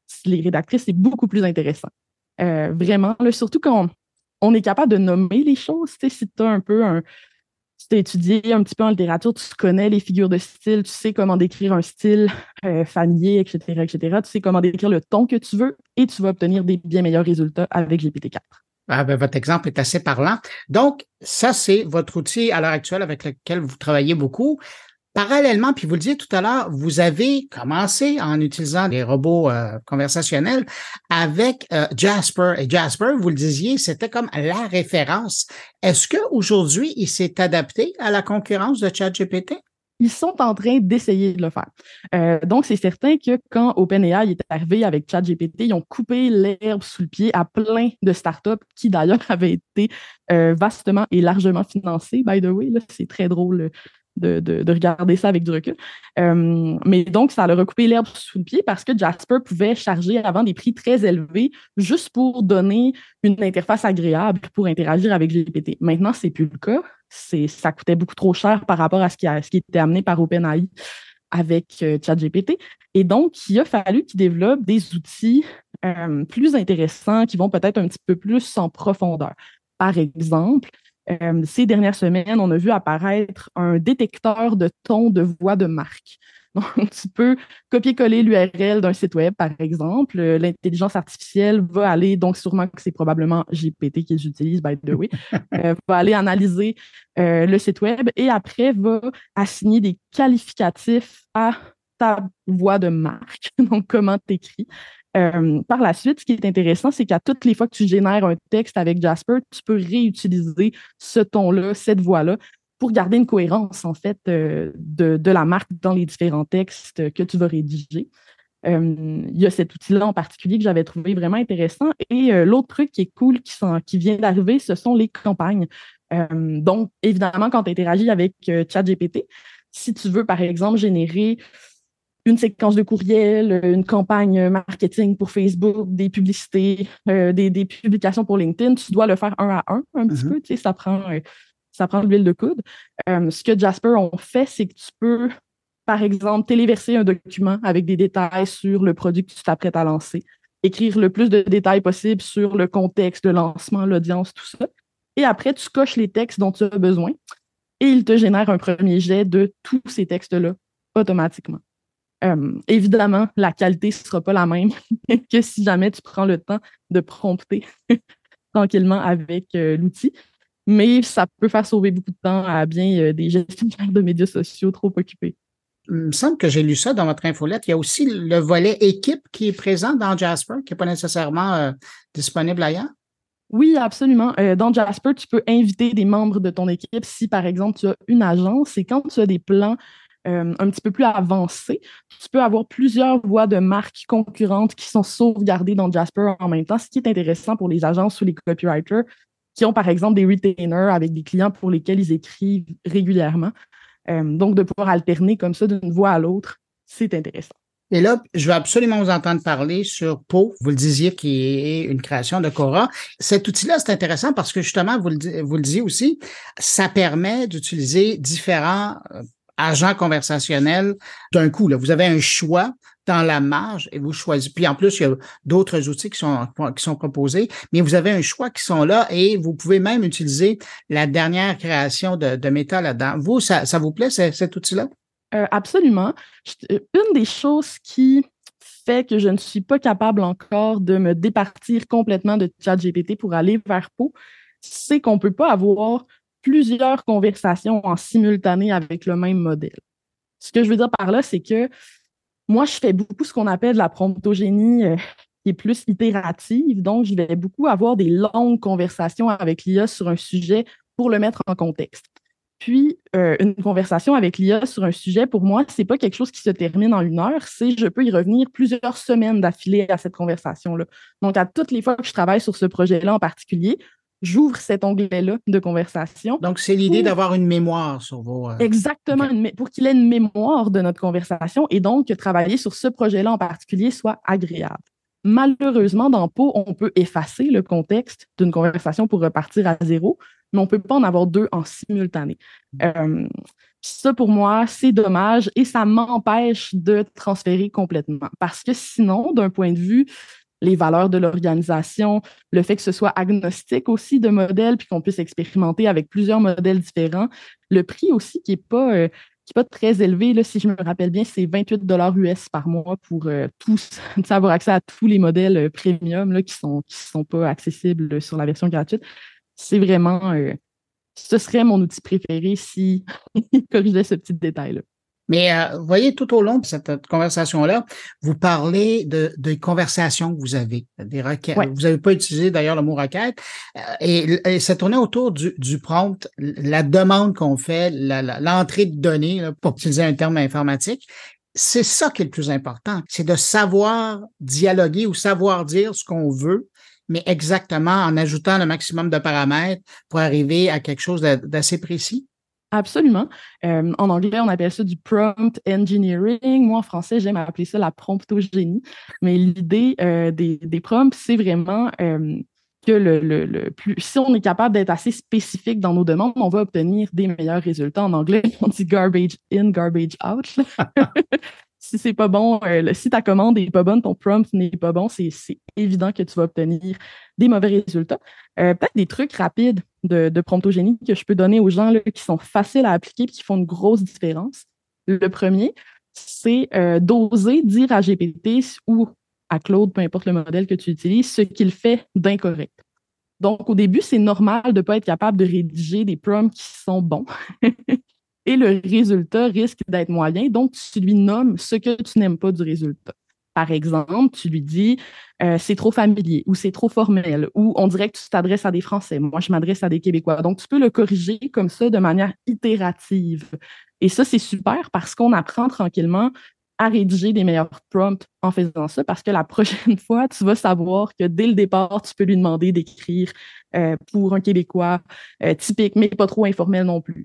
les rédactrices, c'est beaucoup plus intéressant. Euh, vraiment, là, surtout quand on, on est capable de nommer les choses. Tu sais, si tu as un peu un... Si tu as étudié un petit peu en littérature, tu connais les figures de style, tu sais comment décrire un style euh, familier, et cetera, et cetera. Tu sais comment décrire le ton que tu veux et tu vas obtenir des bien meilleurs résultats avec G P T quatre. Ah ben, votre exemple est assez parlant. Donc, ça, c'est votre outil à l'heure actuelle avec lequel vous travaillez beaucoup. Parallèlement, puis vous le disiez tout à l'heure, vous avez commencé en utilisant des robots euh, conversationnels avec euh, Jasper. Et Jasper, vous le disiez, c'était comme la référence. Est-ce qu'aujourd'hui, il s'est adapté à la concurrence de ChatGPT? Ils sont en train d'essayer de le faire. Euh, donc, c'est certain que quand OpenAI est arrivé avec ChatGPT, ils ont coupé l'herbe sous le pied à plein de startups qui, d'ailleurs, avaient été euh, vastement et largement financées. By the way, là, c'est très drôle de, de, de regarder ça avec du recul. Euh, mais donc, ça leur a coupé l'herbe sous le pied parce que Jasper pouvait charger avant des prix très élevés juste pour donner une interface agréable pour interagir avec G P T. Maintenant, c'est plus le cas. C'est, ça coûtait beaucoup trop cher par rapport à ce qui, a, ce qui était amené par OpenAI avec euh, ChatGPT. Et donc, il a fallu qu'ils développent des outils euh, plus intéressants qui vont peut-être un petit peu plus en profondeur. Par exemple, euh, ces dernières semaines, on a vu apparaître un détecteur de ton de voix de marque. Donc, tu peux copier-coller l'U R L d'un site web, par exemple. L'intelligence artificielle va aller, donc sûrement que c'est probablement G P T qu'ils utilisent, by the way, euh, va aller analyser euh, le site web et après va assigner des qualificatifs à ta voix de marque, donc comment tu écris. Euh, par la suite, ce qui est intéressant, c'est qu'à toutes les fois que tu génères un texte avec Jasper, tu peux réutiliser ce ton-là, cette voix-là, pour garder une cohérence, en fait, euh, de, de la marque dans les différents textes que tu vas rédiger. Euh, il y a cet outil-là en particulier que j'avais trouvé vraiment intéressant. Et euh, l'autre truc qui est cool, qui, sont, qui vient d'arriver, ce sont les campagnes. Euh, donc, évidemment, quand tu interagis avec euh, ChatGPT, si tu veux, par exemple, générer une séquence de courriel, une campagne marketing pour Facebook, des publicités, euh, des, des publications pour LinkedIn, tu dois le faire un à un, un petit mm-hmm. peu. Tu sais, ça prend... Euh, ça prend de l'huile de coude. Euh, ce que Jasper ont fait, c'est que tu peux, par exemple, téléverser un document avec des détails sur le produit que tu t'apprêtes à lancer, écrire le plus de détails possible sur le contexte, le lancement, l'audience, tout ça. Et après, tu coches les textes dont tu as besoin et il te génère un premier jet de tous ces textes-là automatiquement. Euh, évidemment, la qualité ne sera pas la même que si jamais tu prends le temps de prompter tranquillement avec euh, l'outil. Mais ça peut faire sauver beaucoup de temps à bien euh, des gestionnaires de médias sociaux trop occupés. Il me semble que j'ai lu ça dans votre infolette. Il y a aussi le volet équipe qui est présent dans Jasper, qui n'est pas nécessairement euh, disponible ailleurs. Oui, absolument. Euh, dans Jasper, tu peux inviter des membres de ton équipe si, par exemple, tu as une agence et quand tu as des plans euh, un petit peu plus avancés, tu peux avoir plusieurs voix de marques concurrentes qui sont sauvegardées dans Jasper en même temps, ce qui est intéressant pour les agences ou les copywriters qui ont, par exemple, des retainers avec des clients pour lesquels ils écrivent régulièrement. Euh, donc, de pouvoir alterner comme ça d'une voix à l'autre, c'est intéressant. Et là, je veux absolument vous entendre parler sur Poe. Vous le disiez, qui est une création de Cora. Cet outil-là, c'est intéressant parce que justement, vous le, vous le disiez aussi, ça permet d'utiliser différents euh, agents conversationnels d'un coup. Là. Vous avez un choix dans la marge et vous choisissez. Puis en plus, il y a d'autres outils qui sont, qui sont proposés, mais vous avez un choix qui sont là et vous pouvez même utiliser la dernière création de, de Meta là-dedans. Vous, ça, ça vous plaît, cet outil-là? Euh, absolument. Une des choses qui fait que je ne suis pas capable encore de me départir complètement de ChatGPT pour aller vers Poe, c'est qu'on ne peut pas avoir plusieurs conversations en simultané avec le même modèle. Ce que je veux dire par là, c'est que moi, je fais beaucoup ce qu'on appelle la promptogénie euh, qui est plus itérative. Donc, je vais beaucoup avoir des longues conversations avec l'I A sur un sujet pour le mettre en contexte. Puis, euh, une conversation avec l'I A sur un sujet, pour moi, c'est pas quelque chose qui se termine en une heure, c'est je peux y revenir plusieurs semaines d'affilée à cette conversation-là. Donc, à toutes les fois que je travaille sur ce projet-là en particulier, j'ouvre cet onglet-là de conversation. Donc, c'est l'idée pour... d'avoir une mémoire sur vos... Euh... Exactement, okay. une... pour qu'il ait une mémoire de notre conversation et donc que travailler sur ce projet-là en particulier soit agréable. Malheureusement, dans Poe, on peut effacer le contexte d'une conversation pour repartir à zéro. mais on ne peut pas en avoir deux en simultané. Euh, ça, pour moi, c'est dommage et ça m'empêche de transférer complètement. Parce que sinon, d'un point de vue, les valeurs de l'organisation, le fait que ce soit agnostique aussi de modèles, puis qu'on puisse expérimenter avec plusieurs modèles différents, le prix aussi qui n'est pas, euh, qui est pas très élevé, là, si je me rappelle bien, c'est vingt-huit dollars U S par mois pour euh, tous, avoir accès à tous les modèles euh, premium là, qui ne sont, qui sont pas accessibles sur la version gratuite. C'est vraiment... Euh, ce serait mon outil préféré si il corrigeait ce petit détail-là. Mais euh, vous voyez, tout au long de cette conversation-là, vous parlez de, de conversations que vous avez, des requêtes. Ouais. Vous n'avez pas utilisé d'ailleurs le mot requête. Euh, et, et ça tournait autour du, du prompt, la demande qu'on fait, la, la, l'entrée de données, là, pour utiliser un terme informatique. C'est ça qui est le plus important. C'est de savoir dialoguer ou savoir dire ce qu'on veut, mais exactement en ajoutant le maximum de paramètres pour arriver à quelque chose d'assez précis. Absolument. Euh, en anglais, on appelle ça du prompt engineering. Moi, en français, j'aime appeler ça la promptogénie. Mais l'idée euh, des, des prompts, c'est vraiment euh, que le, le, le plus, si on est capable d'être assez spécifique dans nos demandes, on va obtenir des meilleurs résultats. En anglais, on dit garbage in, garbage out. Si c'est pas bon, euh, si ta commande n'est pas bonne, ton prompt n'est pas bon, c'est, c'est évident que tu vas obtenir des mauvais résultats. Euh, peut-être des trucs rapides de, de promptogénie que je peux donner aux gens là, qui sont faciles à appliquer et qui font une grosse différence. Le premier, c'est euh, d'oser dire à G P T ou à Claude, peu importe le modèle que tu utilises, ce qu'il fait d'incorrect. Donc, au début, c'est normal de ne pas être capable de rédiger des prompts qui sont bons. Et le résultat risque d'être moyen. Donc, tu lui nommes ce que tu n'aimes pas du résultat. Par exemple, tu lui dis euh, c'est trop familier ou c'est trop formel ou on dirait que tu t'adresses à des Français. Moi, je m'adresse à des Québécois. Donc, tu peux le corriger comme ça de manière itérative. Et ça, c'est super parce qu'on apprend tranquillement à rédiger des meilleurs prompts en faisant ça parce que la prochaine fois, tu vas savoir que dès le départ, tu peux lui demander d'écrire euh, pour un Québécois euh, typique, mais pas trop informel non plus.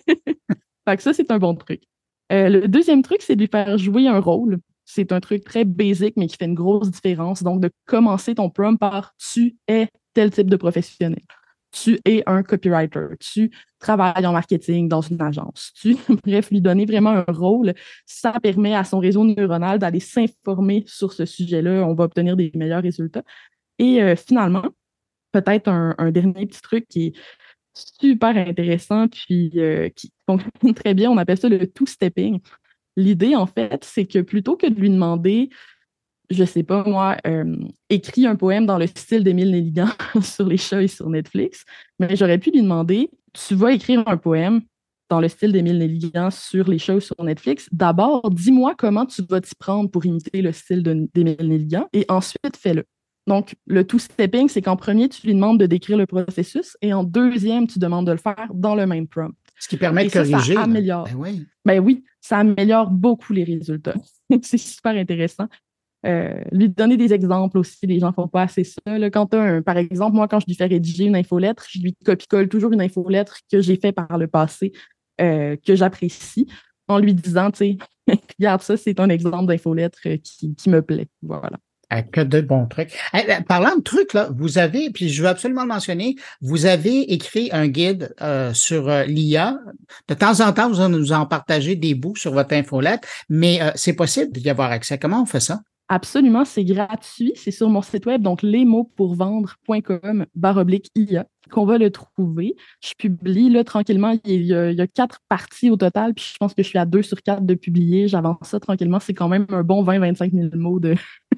Fait que ça, c'est un bon truc. Euh, le deuxième truc, c'est de lui faire jouer un rôle. C'est un truc très basique, mais qui fait une grosse différence. Donc, de commencer ton prompt par « tu es tel type de professionnel ». Tu es un copywriter. Tu travailles en marketing dans une agence. Tu, bref, lui donner vraiment un rôle. Ça permet à son réseau neuronal d'aller s'informer sur ce sujet-là. On va obtenir des meilleurs résultats. Et euh, finalement, peut-être un, un dernier petit truc qui est super intéressant puis euh, qui fonctionne très bien. On appelle ça le two-stepping. L'idée, en fait, c'est que plutôt que de lui demander, je sais pas moi, euh, écris un poème dans le style d'Émile Nelligan sur les chats et sur Netflix, mais j'aurais pu lui demander, tu vas écrire un poème dans le style d'Émile Nelligan sur les chats sur Netflix. D'abord, dis-moi comment tu vas t'y prendre pour imiter le style de, d'Émile Nelligan et ensuite fais-le. Donc, le two-stepping, c'est qu'en premier, tu lui demandes de décrire le processus et en deuxième, tu demandes de le faire dans le même prompt. Ce qui permet et de corriger. Ça, ça améliore. Ben oui. Ben oui, ça améliore beaucoup les résultats. C'est super intéressant. Euh, lui donner des exemples aussi, les gens ne font pas assez ça. Là, quand un, par exemple, moi, quand je lui fais rédiger une infolettre, je lui copie-colle toujours une infolettre que j'ai fait par le passé, euh, que j'apprécie, en lui disant, tu sais, regarde ça, c'est un exemple d'infolettre qui, qui me plaît. Voilà. Que de bons trucs. Hey, parlant de trucs, là, vous avez, puis je veux absolument le mentionner, vous avez écrit un guide euh, sur euh, l'I A. De temps en temps, vous nous en partagez des bouts sur votre infolette, mais euh, c'est possible d'y avoir accès. Comment on fait ça? Absolument, c'est gratuit. C'est sur mon site web, donc lesmotspourvendre.com barre oblique I A qu'on va le trouver. Je publie là tranquillement. Il y, a, il y a quatre parties au total, puis je pense que je suis à deux sur quatre de publier. J'avance ça tranquillement. C'est quand même un bon vingt à vingt-cinq mille mots de,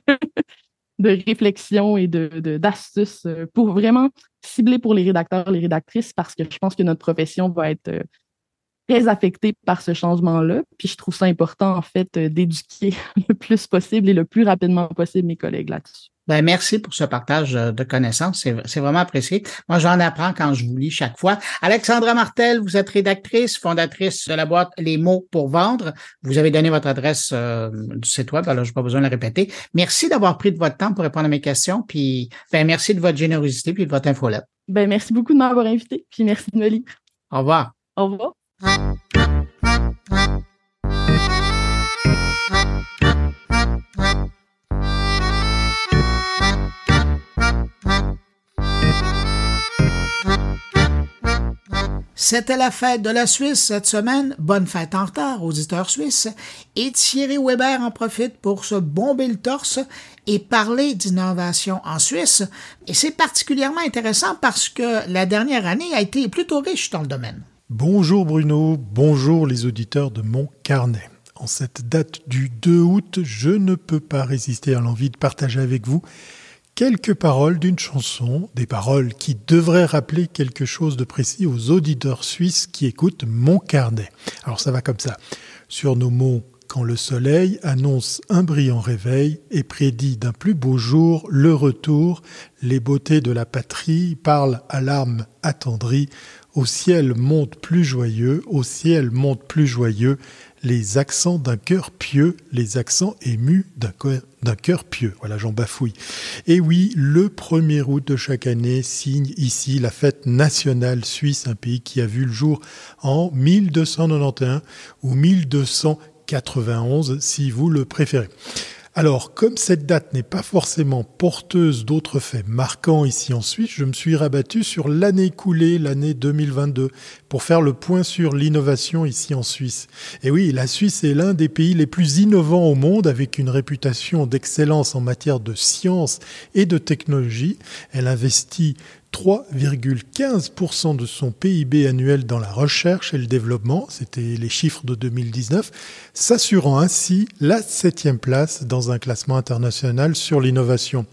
de réflexion et de, de, d'astuces pour vraiment cibler pour les rédacteurs, les rédactrices, parce que je pense que notre profession va être très affectée par ce changement-là. Puis je trouve ça important, en fait, d'éduquer le plus possible et le plus rapidement possible mes collègues là-dessus. Ben, merci pour ce partage de connaissances. C'est, c'est vraiment apprécié. Moi, j'en apprends quand je vous lis chaque fois. Alexandra Martel, vous êtes rédactrice, fondatrice de la boîte Les mots pour vendre. Vous avez donné votre adresse euh, du site web, alors je n'ai pas besoin de la répéter. Merci d'avoir pris de votre temps pour répondre à mes questions. Puis, ben, merci de votre générosité puis de votre infolette. Ben, merci beaucoup de m'avoir invité. Puis merci de me lire. Au revoir. Au revoir. C'était la fête de la Suisse cette semaine. Bonne fête en retard, auditeurs suisses. Et Thierry Weber en profite pour se bomber le torse et parler d'innovation en Suisse. Et c'est particulièrement intéressant parce que la dernière année a été plutôt riche dans le domaine. Bonjour Bruno, bonjour les auditeurs de mon carnet. En cette date du deux août, je ne peux pas résister à l'envie de partager avec vous quelques paroles d'une chanson, des paroles qui devraient rappeler quelque chose de précis aux auditeurs suisses qui écoutent mon carnet. Alors ça va comme ça. Sur nos mots, quand le soleil annonce un brillant réveil et prédit d'un plus beau jour le retour, les beautés de la patrie parlent à l'âme attendrie. Au ciel monte plus joyeux, au ciel monte plus joyeux, les accents d'un cœur pieux, les accents émus d'un, co- d'un cœur pieux. Voilà, j'en bafouille. Et oui, le premier août de chaque année signe ici la fête nationale suisse, un pays qui a vu le jour en mille deux cent quatre-vingt-onze ou mille deux cent quatre-vingt-onze, si vous le préférez. Alors, comme cette date n'est pas forcément porteuse d'autres faits marquants ici en Suisse, je me suis rabattu sur l'année écoulée, l'année deux mille vingt-deux, pour faire le point sur l'innovation ici en Suisse. Et oui, la Suisse est l'un des pays les plus innovants au monde, avec une réputation d'excellence en matière de science et de technologie. Elle investit trois virgule quinze pour cent de son P I B annuel dans la recherche et le développement, c'était les chiffres de deux mille dix-neuf, s'assurant ainsi la septième place dans un classement international sur l'innovation.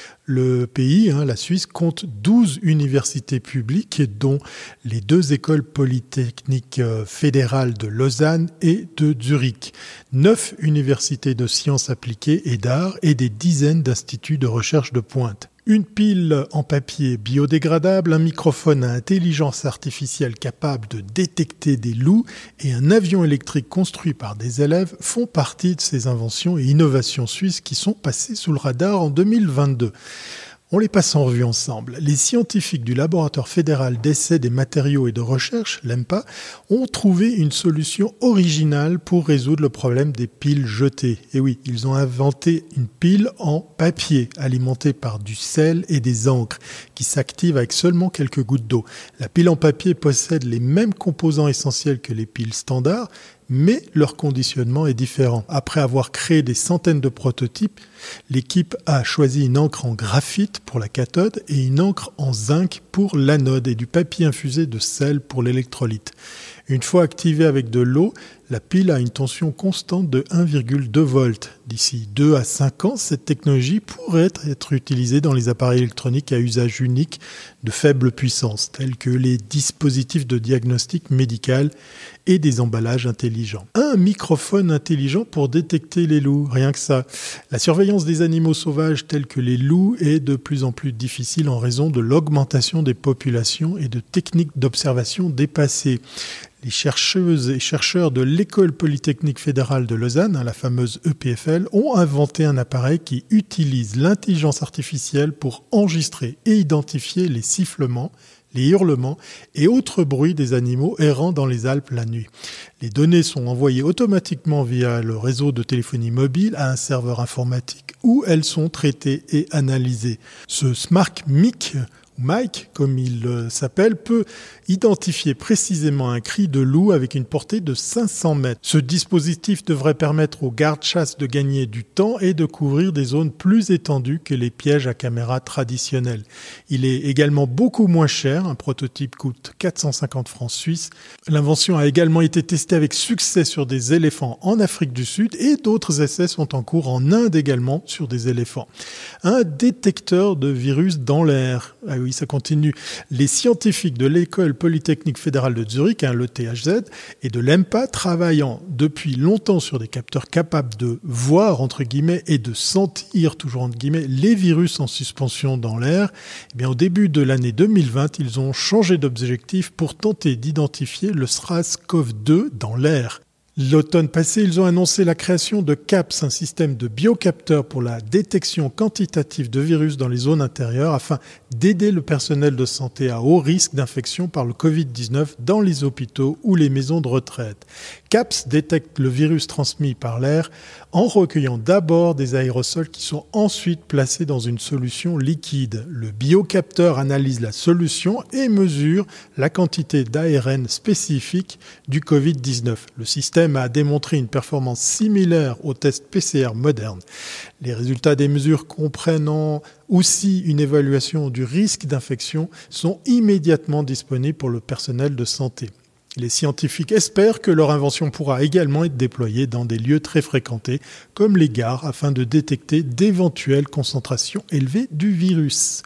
Le pays, hein, la Suisse, compte douze universités publiques, dont les deux écoles polytechniques fédérales de Lausanne et de Zurich, neuf universités de sciences appliquées et d'art et des dizaines d'instituts de recherche de pointe. Une pile en papier biodégradable, un microphone à intelligence artificielle capable de détecter des loups et un avion électrique construit par des élèves font partie de ces inventions et innovations suisses qui sont passées sous le radar en deux mille vingt-deux. On les passe en revue ensemble. Les scientifiques du laboratoire fédéral d'essai des matériaux et de recherche, l'E M P A, ont trouvé une solution originale pour résoudre le problème des piles jetées. Et oui, ils ont inventé une pile en papier alimentée par du sel et des encres qui s'active avec seulement quelques gouttes d'eau. La pile en papier possède les mêmes composants essentiels que les piles standards, mais leur conditionnement est différent. Après avoir créé des centaines de prototypes, l'équipe a choisi une encre en graphite pour la cathode et une encre en zinc pour l'anode et du papier infusé de sel pour l'électrolyte. Une fois activée avec de l'eau, la pile a une tension constante de un virgule deux volts. D'ici deux à cinq ans, cette technologie pourrait être utilisée dans les appareils électroniques à usage unique de faible puissance, tels que les dispositifs de diagnostic médical et des emballages intelligents. Un microphone intelligent pour détecter les loups, rien que ça. La surveillance des animaux sauvages tels que les loups est de plus en plus difficile en raison de l'augmentation des populations et de techniques d'observation dépassées. Les chercheuses et chercheurs de l'École polytechnique fédérale de Lausanne, la fameuse E P F L, ont inventé un appareil qui utilise l'intelligence artificielle pour enregistrer et identifier les sifflements, les hurlements et autres bruits des animaux errant dans les Alpes la nuit. Les données sont envoyées automatiquement via le réseau de téléphonie mobile à un serveur informatique où elles sont traitées et analysées. Ce Smart Mic, Mike, comme il euh, s'appelle, peut identifier précisément un cri de loup avec une portée de cinq cents mètres. Ce dispositif devrait permettre aux gardes-chasse de gagner du temps et de couvrir des zones plus étendues que les pièges à caméra traditionnels. Il est également beaucoup moins cher, un prototype coûte quatre cent cinquante francs suisses. L'invention a également été testée avec succès sur des éléphants en Afrique du Sud et d'autres essais sont en cours en Inde également sur des éléphants. Un détecteur de virus dans l'air. Ah oui, ça continue. Les scientifiques de l'École polytechnique fédérale de Zurich, hein, l'E T H Z, et de l'E M P A, travaillant depuis longtemps sur des capteurs capables de voir, entre guillemets, et de sentir, toujours entre guillemets, les virus en suspension dans l'air, eh bien, au début de l'année deux mille vingt, ils ont changé d'objectif pour tenter d'identifier le SARS-CoV deux dans l'air. L'automne passé, ils ont annoncé la création de CAPS, un système de biocapteurs pour la détection quantitative de virus dans les zones intérieures afin d'aider le personnel de santé à haut risque d'infection par le covid dix-neuf dans les hôpitaux ou les maisons de retraite. CAPS détecte le virus transmis par l'air en recueillant d'abord des aérosols qui sont ensuite placés dans une solution liquide. Le biocapteur analyse la solution et mesure la quantité d'A R N spécifique du covid dix-neuf. Le système a démontré une performance similaire aux tests P C R modernes. Les résultats des mesures comprenant aussi une évaluation du risque d'infection sont immédiatement disponibles pour le personnel de santé. Les scientifiques espèrent que leur invention pourra également être déployée dans des lieux très fréquentés, comme les gares, afin de détecter d'éventuelles concentrations élevées du virus.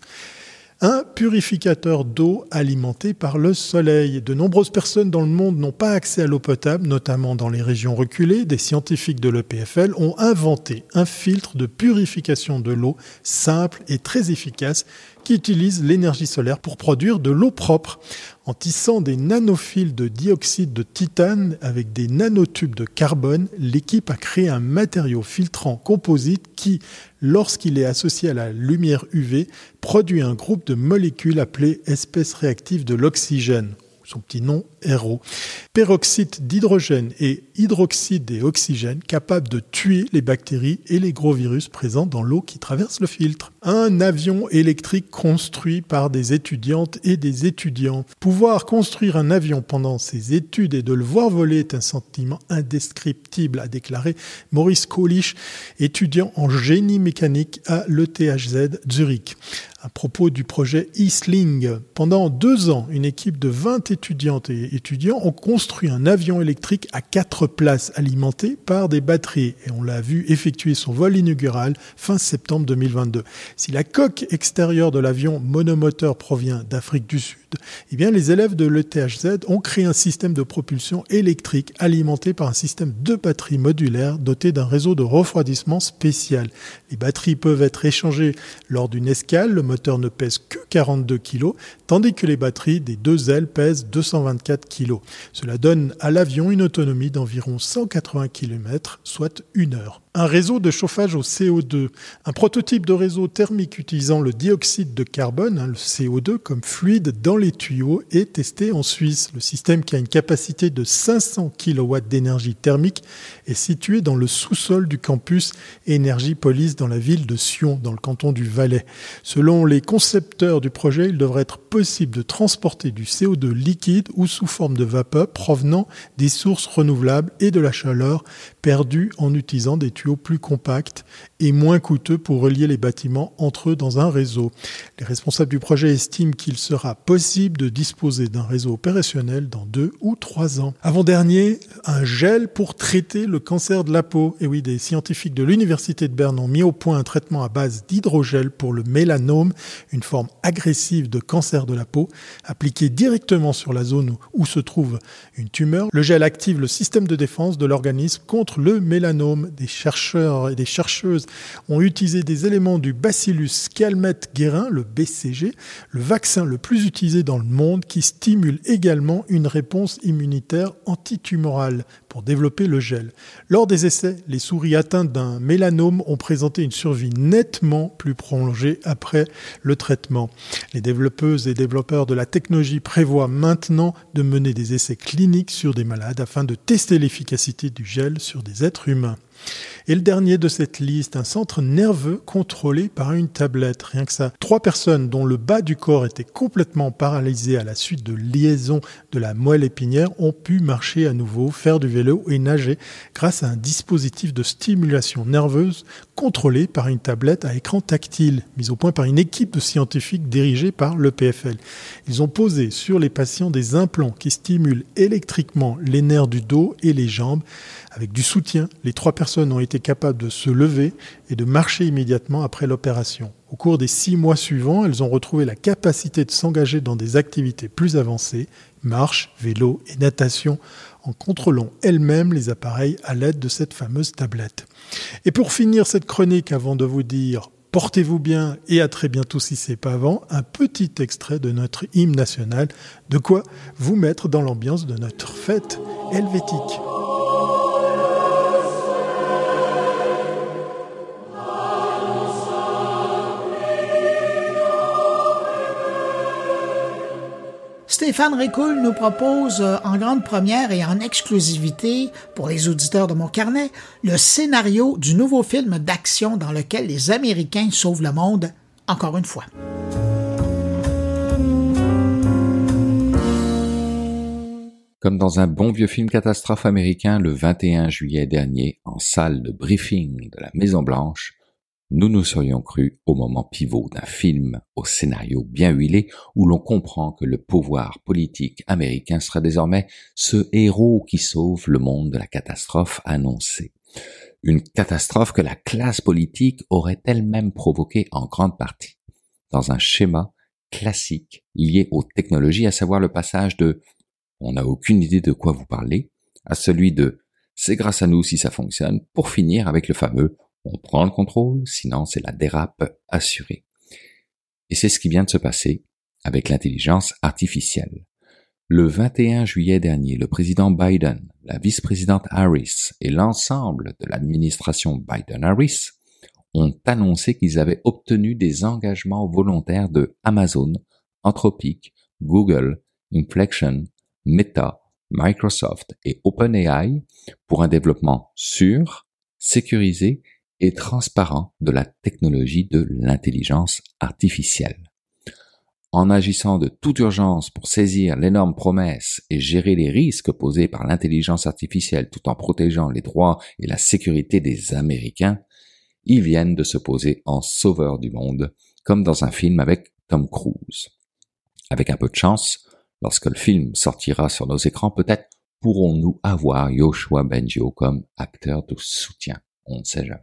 Un purificateur d'eau alimenté par le soleil. De nombreuses personnes dans le monde n'ont pas accès à l'eau potable, notamment dans les régions reculées. Des scientifiques de l'E P F L ont inventé un filtre de purification de l'eau simple et très efficace qui utilise l'énergie solaire pour produire de l'eau propre. En tissant des nanofils de dioxyde de titane avec des nanotubes de carbone, l'équipe a créé un matériau filtrant composite qui, lorsqu'il est associé à la lumière U V, produit un groupe de molécules appelées espèces réactives de l'oxygène. Son petit nom, R O. Peroxyde d'hydrogène et hydroxyde d'oxygène capables de tuer les bactéries et les gros virus présents dans l'eau qui traverse le filtre. Un avion électrique construit par des étudiantes et des étudiants. Pouvoir construire un avion pendant ses études et de le voir voler est un sentiment indescriptible, a déclaré Maurice Kolisch, étudiant en génie mécanique à l'E T H Z Zurich. À propos du projet E-Sling, pendant deux ans, une équipe de vingt étudiantes et étudiants ont construit un avion électrique à quatre places alimenté par des batteries. Et on l'a vu effectuer son vol inaugural fin septembre deux mille vingt-deux. Si la coque extérieure de l'avion monomoteur provient d'Afrique du Sud, eh bien les élèves de l'E T H Z ont créé un système de propulsion électrique alimenté par un système de batteries modulaires doté d'un réseau de refroidissement spécial. Les batteries peuvent être échangées lors d'une escale. Le moteur ne pèse que quarante-deux kilos, tandis que les batteries des deux ailes pèsent deux cent vingt-quatre kilos. Cela donne à l'avion une autonomie d'environ cent quatre-vingts kilomètres, soit une heure. Un réseau de chauffage au C O deux. Un prototype de réseau thermique utilisant le dioxyde de carbone, hein, le C O deux, comme fluide dans les tuyaux est testé en Suisse. Le système, qui a une capacité de cinq cents kilowatts d'énergie thermique, est situé dans le sous-sol du campus Énergie-Police dans la ville de Sion, dans le canton du Valais. Selon les concepteurs du projet, il devrait être possible de transporter du C O deux liquide ou sous forme de vapeur provenant des sources renouvelables et de la chaleur perdue en utilisant des tuyaux plus compacts et moins coûteux pour relier les bâtiments entre eux dans un réseau. Les responsables du projet estiment qu'il sera possible de disposer d'un réseau opérationnel dans deux ou trois ans. Avant-dernier, un gel pour traiter le cancer de la peau. Et oui, des scientifiques de l'Université de Berne ont mis au point un traitement à base d'hydrogel pour le mélanome, une forme agressive de cancer de la peau, appliqué directement sur la zone où se trouve une tumeur. Le gel active le système de défense de l'organisme contre le mélanome. Des chercheurs et des chercheuses ont utilisé des éléments du Bacillus calmette-guérin, le B C G, le vaccin le plus utilisé dans le monde, qui stimule également une réponse immunitaire antitumorale pour développer le gel. Lors des essais, les souris atteintes d'un mélanome ont présenté une survie nettement plus prolongée après le traitement. Les développeuses et développeurs de la technologie prévoient maintenant de mener des essais cliniques sur des malades afin de tester l'efficacité du gel sur des êtres humains. Et le dernier de cette liste, un centre nerveux contrôlé par une tablette. Rien que ça. Trois personnes dont le bas du corps était complètement paralysé à la suite de liaison de la moelle épinière ont pu marcher à nouveau, faire du vélo et nager grâce à un dispositif de stimulation nerveuse contrôlé par une tablette à écran tactile, mise au point par une équipe de scientifiques dirigée par l'E P F L. Ils ont posé sur les patients des implants qui stimulent électriquement les nerfs du dos et les jambes. Avec du soutien, les trois personnes ont été capables de se lever et de marcher immédiatement après l'opération. Au cours des six mois suivants, elles ont retrouvé la capacité de s'engager dans des activités plus avancées, marche, vélo et natation, en contrôlant elles-mêmes les appareils à l'aide de cette fameuse tablette. Et pour finir cette chronique, avant de vous dire portez-vous bien et à très bientôt si c'est pas avant, un petit extrait de notre hymne national, de quoi vous mettre dans l'ambiance de notre fête helvétique. Stéphane Récoul nous propose euh, en grande première et en exclusivité pour les auditeurs de Mon Carnet le scénario du nouveau film d'action dans lequel les Américains sauvent le monde encore une fois. Comme dans un bon vieux film catastrophe américain, le vingt et un juillet dernier, en salle de briefing de la Maison-Blanche, nous nous serions crus au moment pivot d'un film au scénario bien huilé où l'on comprend que le pouvoir politique américain sera désormais ce héros qui sauve le monde de la catastrophe annoncée. Une catastrophe que la classe politique aurait elle-même provoquée en grande partie, dans un schéma classique lié aux technologies, à savoir le passage de « on n'a aucune idée de quoi vous parlez » à celui de « c'est grâce à nous si ça fonctionne » pour finir avec le fameux « on prend le contrôle, sinon c'est la dérape assurée ». Et c'est ce qui vient de se passer avec l'intelligence artificielle. Le vingt et un juillet dernier, le président Biden, la vice-présidente Harris et l'ensemble de l'administration Biden-Harris ont annoncé qu'ils avaient obtenu des engagements volontaires de Amazon, Anthropic, Google, Inflection, Meta, Microsoft et OpenAI pour un développement sûr, sécurisé et transparent de la technologie de l'intelligence artificielle. En agissant de toute urgence pour saisir l'énorme promesse et gérer les risques posés par l'intelligence artificielle tout en protégeant les droits et la sécurité des Américains, ils viennent de se poser en sauveur du monde, comme dans un film avec Tom Cruise. Avec un peu de chance, lorsque le film sortira sur nos écrans, peut-être pourrons-nous avoir Yoshua Bengio comme acteur de soutien. On ne sait jamais.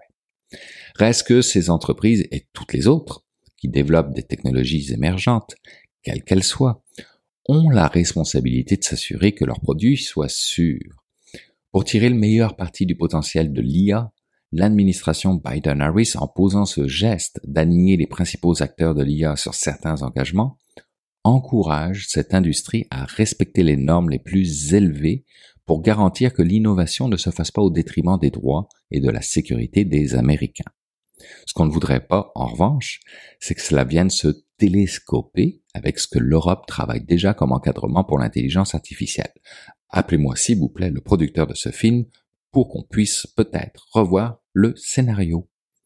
Reste que ces entreprises et toutes les autres qui développent des technologies émergentes, quelles qu'elles soient, ont la responsabilité de s'assurer que leurs produits soient sûrs. Pour tirer le meilleur parti du potentiel de l'I A, l'administration Biden-Harris, en posant ce geste d'aligner les principaux acteurs de l'I A sur certains engagements, encourage cette industrie à respecter les normes les plus élevées pour garantir que l'innovation ne se fasse pas au détriment des droits et de la sécurité des Américains. Ce qu'on ne voudrait pas, en revanche, c'est que cela vienne se télescoper avec ce que l'Europe travaille déjà comme encadrement pour l'intelligence artificielle. Appelez-moi s'il vous plaît le producteur de ce film pour qu'on puisse peut-être revoir le scénario.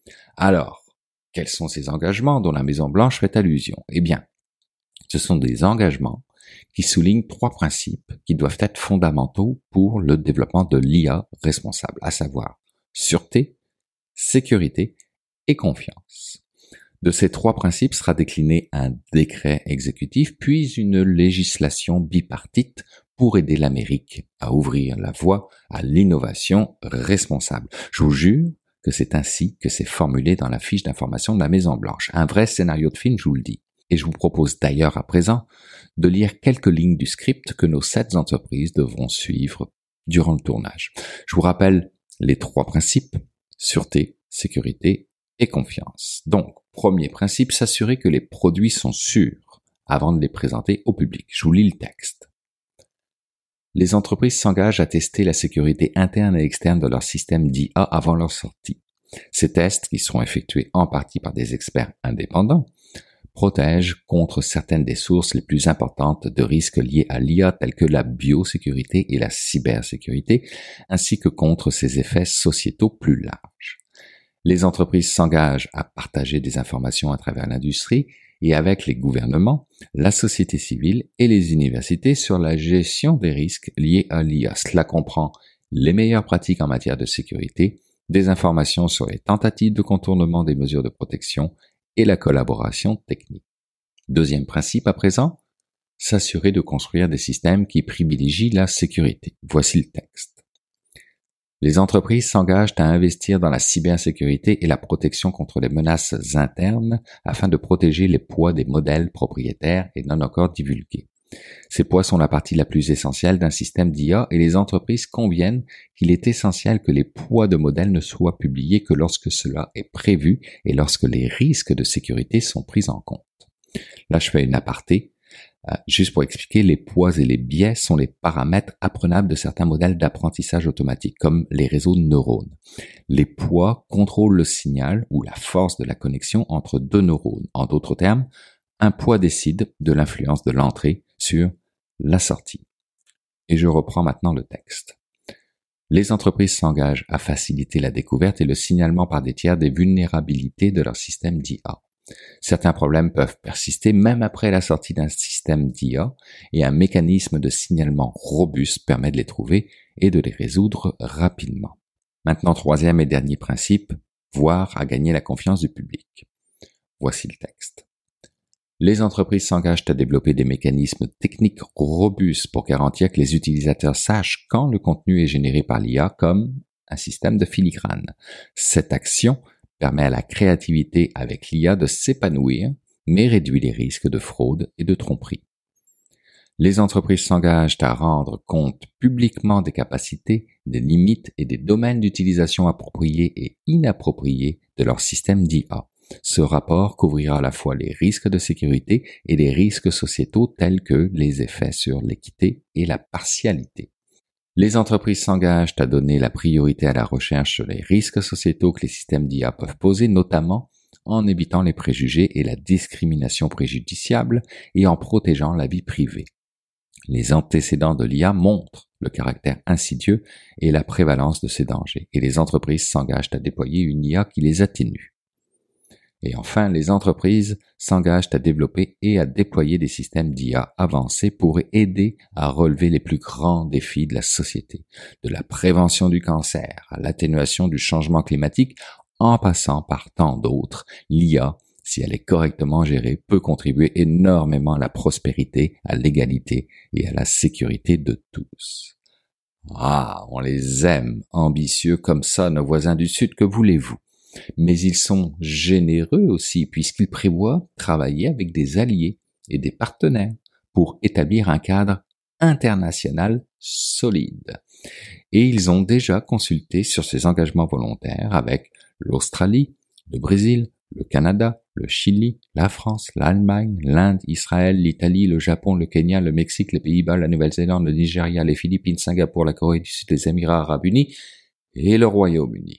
Alors, quels sont ces engagements dont la Maison-Blanche fait allusion ? Eh bien, ce sont des engagements qui soulignent trois principes qui doivent être fondamentaux pour le développement de l'I A responsable, à savoir sûreté, sécurité et confiance. De ces trois principes sera décliné un décret exécutif, puis une législation bipartite pour aider l'Amérique à ouvrir la voie à l'innovation responsable. Je vous jure que c'est ainsi que c'est formulé dans la fiche d'information de la Maison-Blanche. Un vrai scénario de film, je vous le dis. Et je vous propose d'ailleurs à présent de lire quelques lignes du script que nos sept entreprises devront suivre durant le tournage. Je vous rappelle les trois principes, sûreté, sécurité et confiance. Donc, premier principe, s'assurer que les produits sont sûrs avant de les présenter au public. Je vous lis le texte. Les entreprises s'engagent à tester la sécurité interne et externe de leur système d'I A avant leur sortie. Ces tests, qui seront effectués en partie par des experts indépendants, protègent contre certaines des sources les plus importantes de risques liés à l'I A telles que la biosécurité et la cybersécurité, ainsi que contre ses effets sociétaux plus larges. Les entreprises s'engagent à partager des informations à travers l'industrie et avec les gouvernements, la société civile et les universités sur la gestion des risques liés à l'I A. Cela comprend les meilleures pratiques en matière de sécurité, des informations sur les tentatives de contournement des mesures de protection et la collaboration technique. Deuxième principe à présent, s'assurer de construire des systèmes qui privilégient la sécurité. Voici le texte. Les entreprises s'engagent à investir dans la cybersécurité et la protection contre les menaces internes afin de protéger les poids des modèles propriétaires et non encore divulgués. Ces poids sont la partie la plus essentielle d'un système d'I A et les entreprises conviennent qu'il est essentiel que les poids de modèles ne soient publiés que lorsque cela est prévu et lorsque les risques de sécurité sont pris en compte. Là, je fais une aparté. Euh, juste pour expliquer, les poids et les biais sont les paramètres apprenables de certains modèles d'apprentissage automatique, comme les réseaux de neurones. Les poids contrôlent le signal ou la force de la connexion entre deux neurones. En d'autres termes, un poids décide de l'influence de l'entrée sur la sortie. Et je reprends maintenant le texte. Les entreprises s'engagent à faciliter la découverte et le signalement par des tiers des vulnérabilités de leur système d'I A. Certains problèmes peuvent persister même après la sortie d'un système d'I A et un mécanisme de signalement robuste permet de les trouver et de les résoudre rapidement. Maintenant, troisième et dernier principe, voir à gagner la confiance du public. Voici le texte. Les entreprises s'engagent à développer des mécanismes techniques robustes pour garantir que les utilisateurs sachent quand le contenu est généré par l'I A comme un système de filigrane. Cette action permet à la créativité avec l'I A de s'épanouir, mais réduit les risques de fraude et de tromperie. Les entreprises s'engagent à rendre compte publiquement des capacités, des limites et des domaines d'utilisation appropriés et inappropriés de leur système d'I A. Ce rapport couvrira à la fois les risques de sécurité et les risques sociétaux tels que les effets sur l'équité et la partialité. Les entreprises s'engagent à donner la priorité à la recherche sur les risques sociétaux que les systèmes d'I A peuvent poser, notamment en évitant les préjugés et la discrimination préjudiciable et en protégeant la vie privée. Les antécédents de l'I A montrent le caractère insidieux et la prévalence de ces dangers, et les entreprises s'engagent à déployer une I A qui les atténue. Et enfin, les entreprises s'engagent à développer et à déployer des systèmes d'I A avancés pour aider à relever les plus grands défis de la société, de la prévention du cancer à l'atténuation du changement climatique, en passant par tant d'autres. L'I A, si elle est correctement gérée, peut contribuer énormément à la prospérité, à l'égalité et à la sécurité de tous. Ah, on les aime, ambitieux comme ça, nos voisins du Sud, que voulez-vous? Mais ils sont généreux aussi puisqu'ils prévoient travailler avec des alliés et des partenaires pour établir un cadre international solide. Et ils ont déjà consulté sur ces engagements volontaires avec l'Australie, le Brésil, le Canada, le Chili, la France, l'Allemagne, l'Inde, Israël, l'Italie, le Japon, le Kenya, le Mexique, les Pays-Bas, la Nouvelle-Zélande, le Nigeria, les Philippines, Singapour, la Corée du Sud, les Émirats arabes unis et le Royaume-Uni.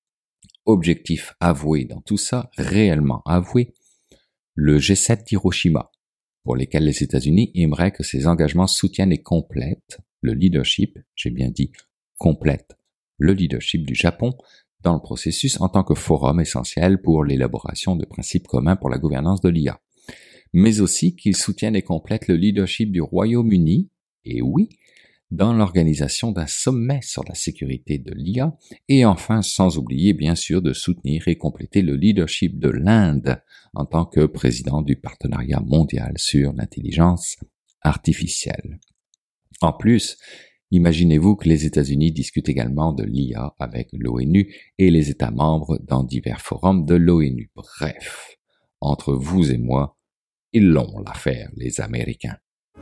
Objectif avoué dans tout ça, réellement avoué, le G sept d'Hiroshima, pour lesquels les États-Unis aimeraient que ces engagements soutiennent et complètent le leadership, j'ai bien dit complètent le leadership du Japon dans le processus en tant que forum essentiel pour l'élaboration de principes communs pour la gouvernance de l'I A. Mais aussi qu'ils soutiennent et complètent le leadership du Royaume-Uni, et oui, dans l'organisation d'un sommet sur la sécurité de l'I A, et enfin, sans oublier bien sûr de soutenir et compléter le leadership de l'Inde en tant que président du partenariat mondial sur l'intelligence artificielle. En plus, imaginez-vous que les États-Unis discutent également de l'I A avec l'ONU et les États membres dans divers forums de l'ONU. Bref, entre vous et moi, ils l'ont l'affaire, les Américains.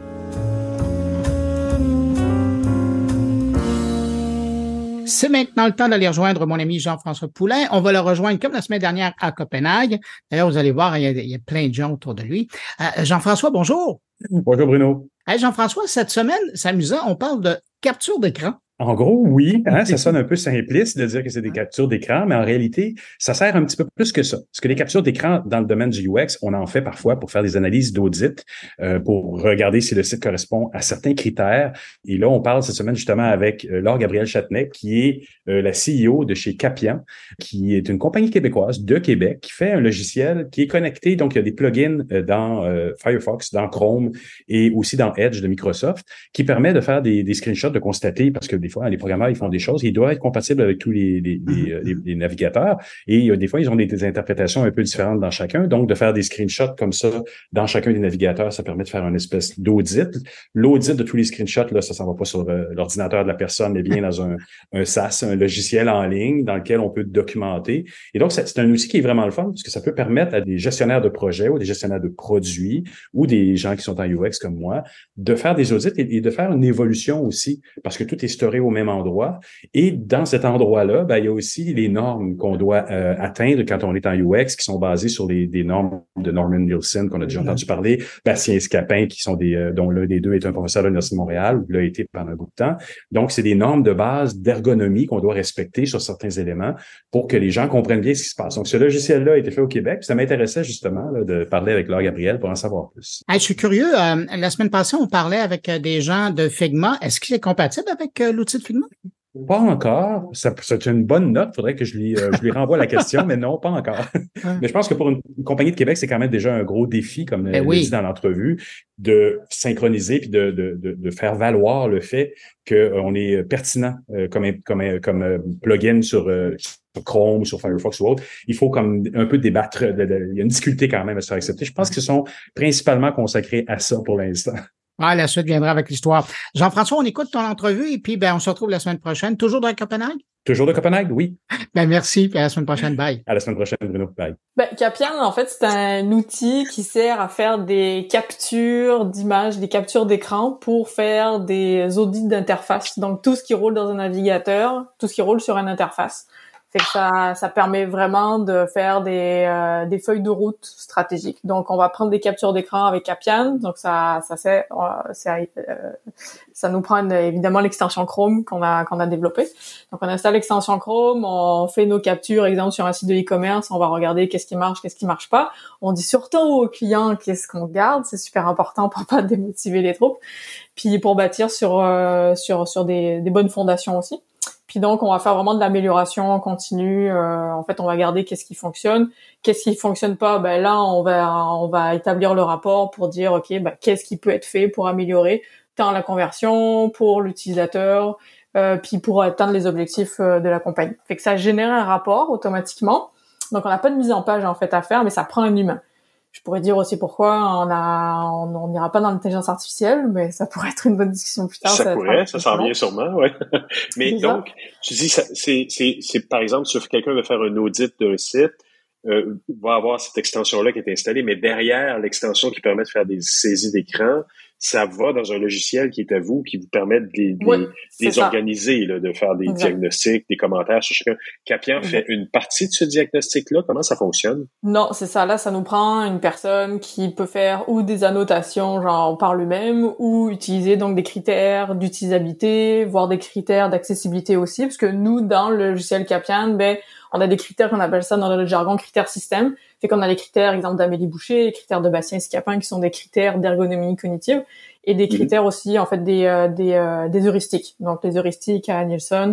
C'est maintenant le temps d'aller rejoindre mon ami Jean-François Poulain. On va le rejoindre comme la semaine dernière à Copenhague. D'ailleurs, vous allez voir, il y a, il y a plein de gens autour de lui. Euh, Jean-François, bonjour. Bonjour Bruno. Hey, Jean-François, cette semaine, c'est amusant, on parle de capture d'écran. En gros, oui, hein, ça sonne un peu simpliste de dire que c'est des captures d'écran, mais en réalité, ça sert un petit peu plus que ça. Parce que les captures d'écran dans le domaine du U X, on en fait parfois pour faire des analyses d'audit, euh, pour regarder si le site correspond à certains critères. Et là, on parle cette semaine justement avec euh, Laure Gabrielle Châtenay, qui est euh, la C E O de chez Capian, qui est une compagnie québécoise de Québec, qui fait un logiciel qui est connecté. Donc, il y a des plugins euh, dans euh, Firefox, dans Chrome et aussi dans Edge de Microsoft, qui permet de faire des, des screenshots, de constater, parce que des fois, les programmeurs, ils font des choses, ils doivent être compatibles avec tous les, les, les, les, les navigateurs et euh, des fois, ils ont des, des interprétations un peu différentes dans chacun. Donc, de faire des screenshots comme ça dans chacun des navigateurs, ça permet de faire une espèce d'audit. L'audit de tous les screenshots, là, ça s'en va pas sur euh, l'ordinateur de la personne, mais bien dans un, un SaaS, un logiciel en ligne dans lequel on peut documenter. Et donc, c'est, c'est un outil qui est vraiment le fun parce que ça peut permettre à des gestionnaires de projets ou des gestionnaires de produits ou des gens qui sont en U X comme moi de faire des audits et, et de faire une évolution aussi parce que tout est storé concentrés au même endroit. Et dans cet endroit-là, ben, il y a aussi les normes qu'on doit euh, atteindre quand on est en U X, qui sont basées sur les, des normes de Norman Nielsen, qu'on a déjà entendu parler, Bastien Scapin, qui sont des, euh, dont l'un des deux est un professeur de l'Université de Montréal, ou l'a été pendant un bout de temps. Donc, c'est des normes de base d'ergonomie qu'on doit respecter sur certains éléments pour que les gens comprennent bien ce qui se passe. Donc, ce logiciel-là a été fait au Québec. Puis ça m'intéressait justement là, de parler avec Laure Gabriel pour en savoir plus. Hey, je suis curieux. Euh, la semaine passée, on parlait avec des gens de Figma. Est-ce qu'il est compatible avec euh, l'outil de Figma? Pas encore. Ça, c'est une bonne note. Il faudrait que je lui, euh, je lui renvoie la question, mais non, pas encore. Mais je pense que pour une, une compagnie de Québec, c'est quand même déjà un gros défi, comme ben oui. dit dans l'entrevue, de synchroniser puis de, de, de, de faire valoir le fait qu'on est pertinent euh, comme, comme, comme euh, plugin sur, euh, sur Chrome, sur Firefox ou autre. Il faut comme un peu débattre. De, de, il y a une difficulté quand même à se faire accepter. Je pense qu'ils sont principalement consacrés à ça pour l'instant. Ah, la suite viendra avec l'histoire. Jean-François, on écoute ton entrevue et puis ben on se retrouve la semaine prochaine. Toujours de Copenhague? Toujours de Copenhague, oui. Ben merci, puis à la semaine prochaine. Bye. À la semaine prochaine, Bruno. Bye. Ben, Capian, en fait, c'est un outil qui sert à faire des captures d'images, des captures d'écran pour faire des audits d'interface. Donc, tout ce qui roule dans un navigateur, tout ce qui roule sur une interface. Fait que ça, ça permet vraiment de faire des, euh, des feuilles de route stratégiques. Donc, on va prendre des captures d'écran avec Capian. Donc, ça, ça c'est, c'est euh, ça nous prend une, évidemment l'extension Chrome qu'on a, qu'on a développée. Donc, on installe l'extension Chrome, on fait nos captures, exemple sur un site de e-commerce, on va regarder qu'est-ce qui marche, qu'est-ce qui marche pas. On dit surtout aux clients qu'est-ce qu'on garde, c'est super important pour pas démotiver les troupes. Puis pour bâtir sur, euh, sur, sur des, des bonnes fondations aussi. Puis donc, on va faire vraiment de l'amélioration continue. Euh, en fait, on va regarder qu'est-ce qui fonctionne, qu'est-ce qui fonctionne pas. Ben là, on va on va établir le rapport pour dire ok, ben qu'est-ce qui peut être fait pour améliorer tant la conversion pour l'utilisateur, euh, puis pour atteindre les objectifs euh, de la compagnie. Fait que ça génère un rapport automatiquement. Donc, on n'a pas de mise en page en fait à faire, mais ça prend un humain. Je pourrais dire aussi pourquoi on a, on n'ira pas dans l'intelligence artificielle, mais ça pourrait être une bonne discussion plus tard. Ça, ça pourrait, ça s'en vient vient sûrement, ouais. Mais donc, tu dis, ça, c'est, c'est, c'est, par exemple, si quelqu'un veut faire un audit d'un site, euh, va avoir cette extension-là qui est installée, mais derrière l'extension qui permet de faire des saisies d'écran, ça va dans un logiciel qui est à vous, qui vous permet de les, oui, de les organiser, là, de faire des exact. diagnostics, des commentaires sur chacun. Capian exact. fait une partie de ce diagnostic-là. Comment ça fonctionne? Non, c'est ça. Là, ça nous prend une personne qui peut faire ou des annotations, genre par lui-même, ou utiliser donc des critères d'utilisabilité, voire des critères d'accessibilité aussi, parce que nous, dans le logiciel Capian, ben, on a des critères qu'on appelle ça dans le jargon critères système. Fait qu'on a les critères, exemple d'Amélie Boucher, les critères de Bastien Scapin, qui sont des critères d'ergonomie cognitive, et des critères aussi, en fait, des euh, des, euh, des heuristiques. Donc, les heuristiques à Nielsen,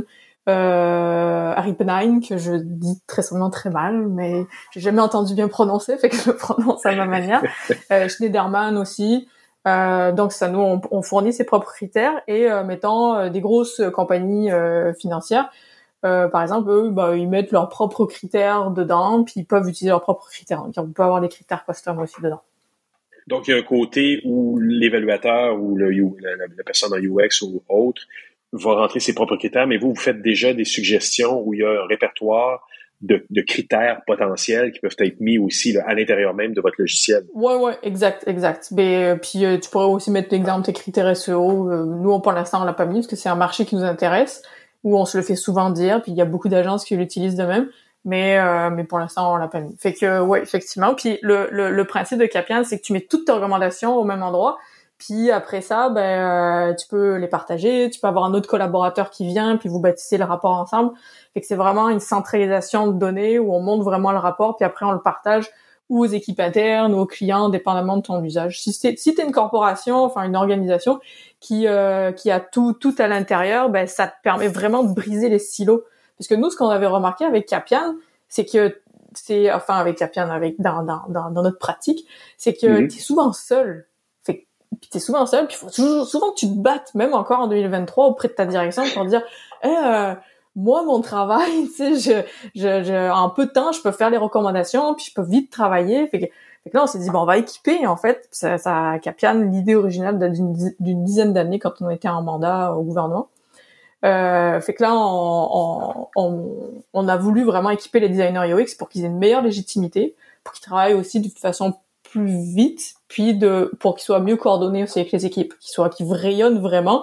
euh, Harry Penine, que je dis très sûrement très mal, mais j'ai jamais entendu bien prononcer, fait que je le prononce à ma manière. Euh, Schneiderman aussi. Euh, donc, ça, nous, on, on fournit ses propres critères, et euh, mettant euh, des grosses compagnies euh, financières, Euh, par exemple, eux, bah, ils mettent leurs propres critères dedans, puis ils peuvent utiliser leurs propres critères. Donc, on peut avoir des critères custom aussi dedans. Donc, il y a un côté où l'évaluateur ou le, la, la personne en U X ou autre va rentrer ses propres critères, mais vous, vous faites déjà des suggestions où il y a un répertoire de, de critères potentiels qui peuvent être mis aussi là, à l'intérieur même de votre logiciel. Ouais, ouais, exact, exact. Mais, euh, puis, euh, tu pourrais aussi mettre l'exemple tes critères S E O. Euh, nous, pour l'instant, on l'a pas mis parce que c'est un marché qui nous intéresse, où on se le fait souvent dire, puis il y a beaucoup d'agences qui l'utilisent de même, mais euh, mais pour l'instant on l'a pas mis. Fait que ouais, effectivement. Puis le le, le principe de Capian, c'est que tu mets toutes tes recommandations au même endroit, puis après ça, ben euh, tu peux les partager, tu peux avoir un autre collaborateur qui vient, puis vous bâtissez le rapport ensemble. Fait que c'est vraiment une centralisation de données où on monte vraiment le rapport, puis après on le partage ou aux équipes internes ou aux clients, dépendamment de ton usage. Si c'est si t'es une corporation, enfin une organisation qui euh, qui a tout tout à l'intérieur, ben ça te permet vraiment de briser les silos. Parce que nous, ce qu'on avait remarqué avec Capian, c'est que c'est enfin avec Capian, avec dans dans dans, dans notre pratique, c'est que mm-hmm. t'es souvent seul. Fait puis t'es souvent seul, puis faut toujours, souvent que tu te battes, même encore en deux mille vingt-trois, auprès de ta direction pour dire, eh, euh, moi, mon travail, tu sais, je, je, je, en peu de temps, je peux faire les recommandations, puis je peux vite travailler. Fait que, fait que là, on s'est dit, bon, on va équiper, en fait, ça, ça Capian, l'idée originale d'une, d'une dizaine d'années quand on était en mandat au gouvernement. Euh, fait que là, on, on, on, on a voulu vraiment équiper les designers U X pour qu'ils aient une meilleure légitimité, pour qu'ils travaillent aussi de façon plus vite, puis de, pour qu'ils soient mieux coordonnés aussi avec les équipes, qu'ils soient, qu'ils rayonnent vraiment,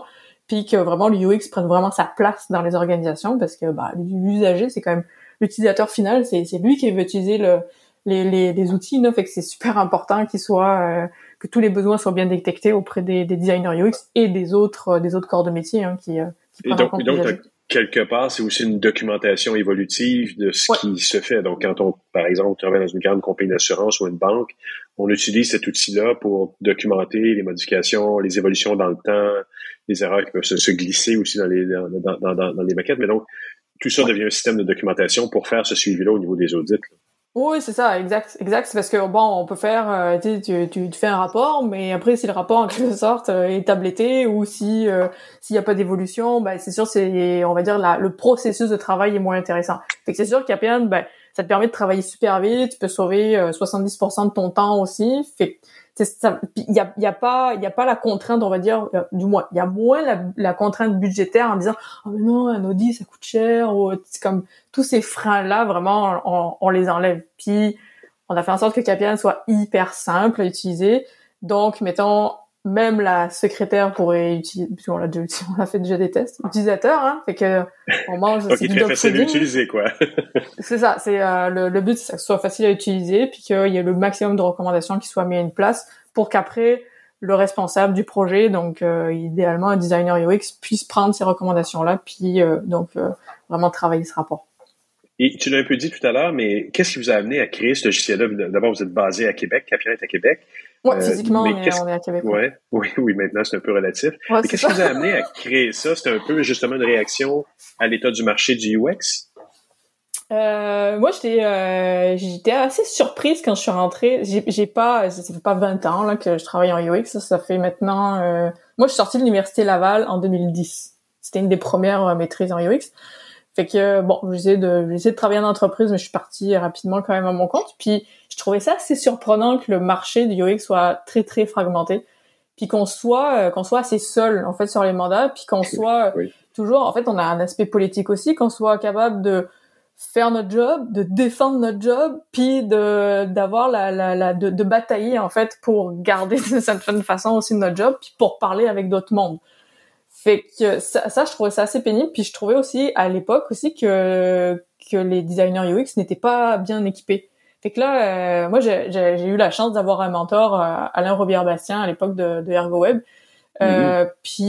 puis que vraiment le U X prenne vraiment sa place dans les organisations, parce que bah, l'usager, c'est quand même l'utilisateur final, c'est, c'est lui qui veut utiliser le, les, les, les outils, là, fait que c'est super important qu'il soit, euh, que tous les besoins soient bien détectés auprès des, des designers U X et des autres, euh, des autres corps de métier hein, qui, euh, qui prennent et donc, en compte et donc l'usager. Quelque part, c'est aussi une documentation évolutive de ce ouais. qui se fait. Donc, quand on, par exemple, travaille dans une grande compagnie d'assurance ou une banque, on utilise cet outil-là pour documenter les modifications, les évolutions dans le temps, les erreurs qui peuvent se, se glisser aussi dans les, dans, dans, dans, dans les maquettes. Mais donc, tout ça ouais. devient un système de documentation pour faire ce suivi-là au niveau des audits. Là. Oui, c'est ça, exact, exact. C'est parce que bon, on peut faire, euh, tu, tu, tu fais un rapport, mais après si le rapport en quelque sorte euh, est tabletté ou si euh, s'il y a pas d'évolution, ben c'est sûr c'est, on va dire la, le processus de travail est moins intéressant. Fait que c'est sûr qu'Appian, ben ça te permet de travailler super vite, tu peux sauver euh, soixante-dix pour cent de ton temps aussi. Fait que c'est ça, il y a, y a pas, il y a pas la contrainte, on va dire, euh, du moins, il y a moins la, la contrainte budgétaire en disant, oh mais non, un audit ça coûte cher ou c'est comme tous ces freins-là, vraiment, on, on les enlève. Puis, on a fait en sorte que Appian soit hyper simple à utiliser. Donc, mettons, même la secrétaire pourrait utiliser, puis on l'a déjà, on a fait déjà des tests utilisateurs, hein, fait que on mange. Ok, très facile à utiliser, quoi. C'est ça, c'est euh, le, le but, c'est que ce soit facile à utiliser, puis qu'il y ait le maximum de recommandations qui soient mis à une place pour qu'après le responsable du projet, donc euh, idéalement un designer U X, puisse prendre ces recommandations-là, puis euh, donc euh, vraiment travailler ce rapport. Et tu l'as un peu dit tout à l'heure, mais qu'est-ce qui vous a amené à créer ce logiciel-là? D'abord, vous êtes basé à Québec, Appian est à Québec. Oui, euh, physiquement, on est, on est à Québec. Ouais, oui, oui, maintenant, c'est un peu relatif. Ouais, mais qu'est-ce ça. qui vous a amené à créer ça? C'était un peu, justement, une réaction à l'état du marché du U X? Euh, moi, j'étais, euh, j'étais assez surprise quand je suis rentrée. J'ai, j'ai pas, ça fait pas vingt ans, là, que je travaille en U X. Ça, ça fait maintenant, euh, moi, je suis sortie de l'Université Laval en deux mille dix. C'était une des premières euh, maîtrises en U X. Fait que, bon, j'ai essayé de, j'ai essayé de travailler en entreprise, mais je suis partie rapidement quand même à mon compte. Puis, je trouvais ça assez surprenant que le marché du U X soit très, très fragmenté. Puis qu'on soit, euh, qu'on soit assez seul, en fait, sur les mandats. Puis qu'on soit oui. toujours, en fait, on a un aspect politique aussi, qu'on soit capable de faire notre job, de défendre notre job, puis de, d'avoir la, la, la, de, de batailler, en fait, pour garder d'une certaine façon aussi notre job, puis pour parler avec d'autres mondes. Fait que ça, ça, je trouvais ça assez pénible. Puis je trouvais aussi, à l'époque aussi, que que les designers U X n'étaient pas bien équipés. Fait que là, euh, moi, j'ai, j'ai, j'ai eu la chance d'avoir un mentor, euh, Alain Robillard-Bastien, à l'époque de, de ErgoWeb. Euh, mm-hmm.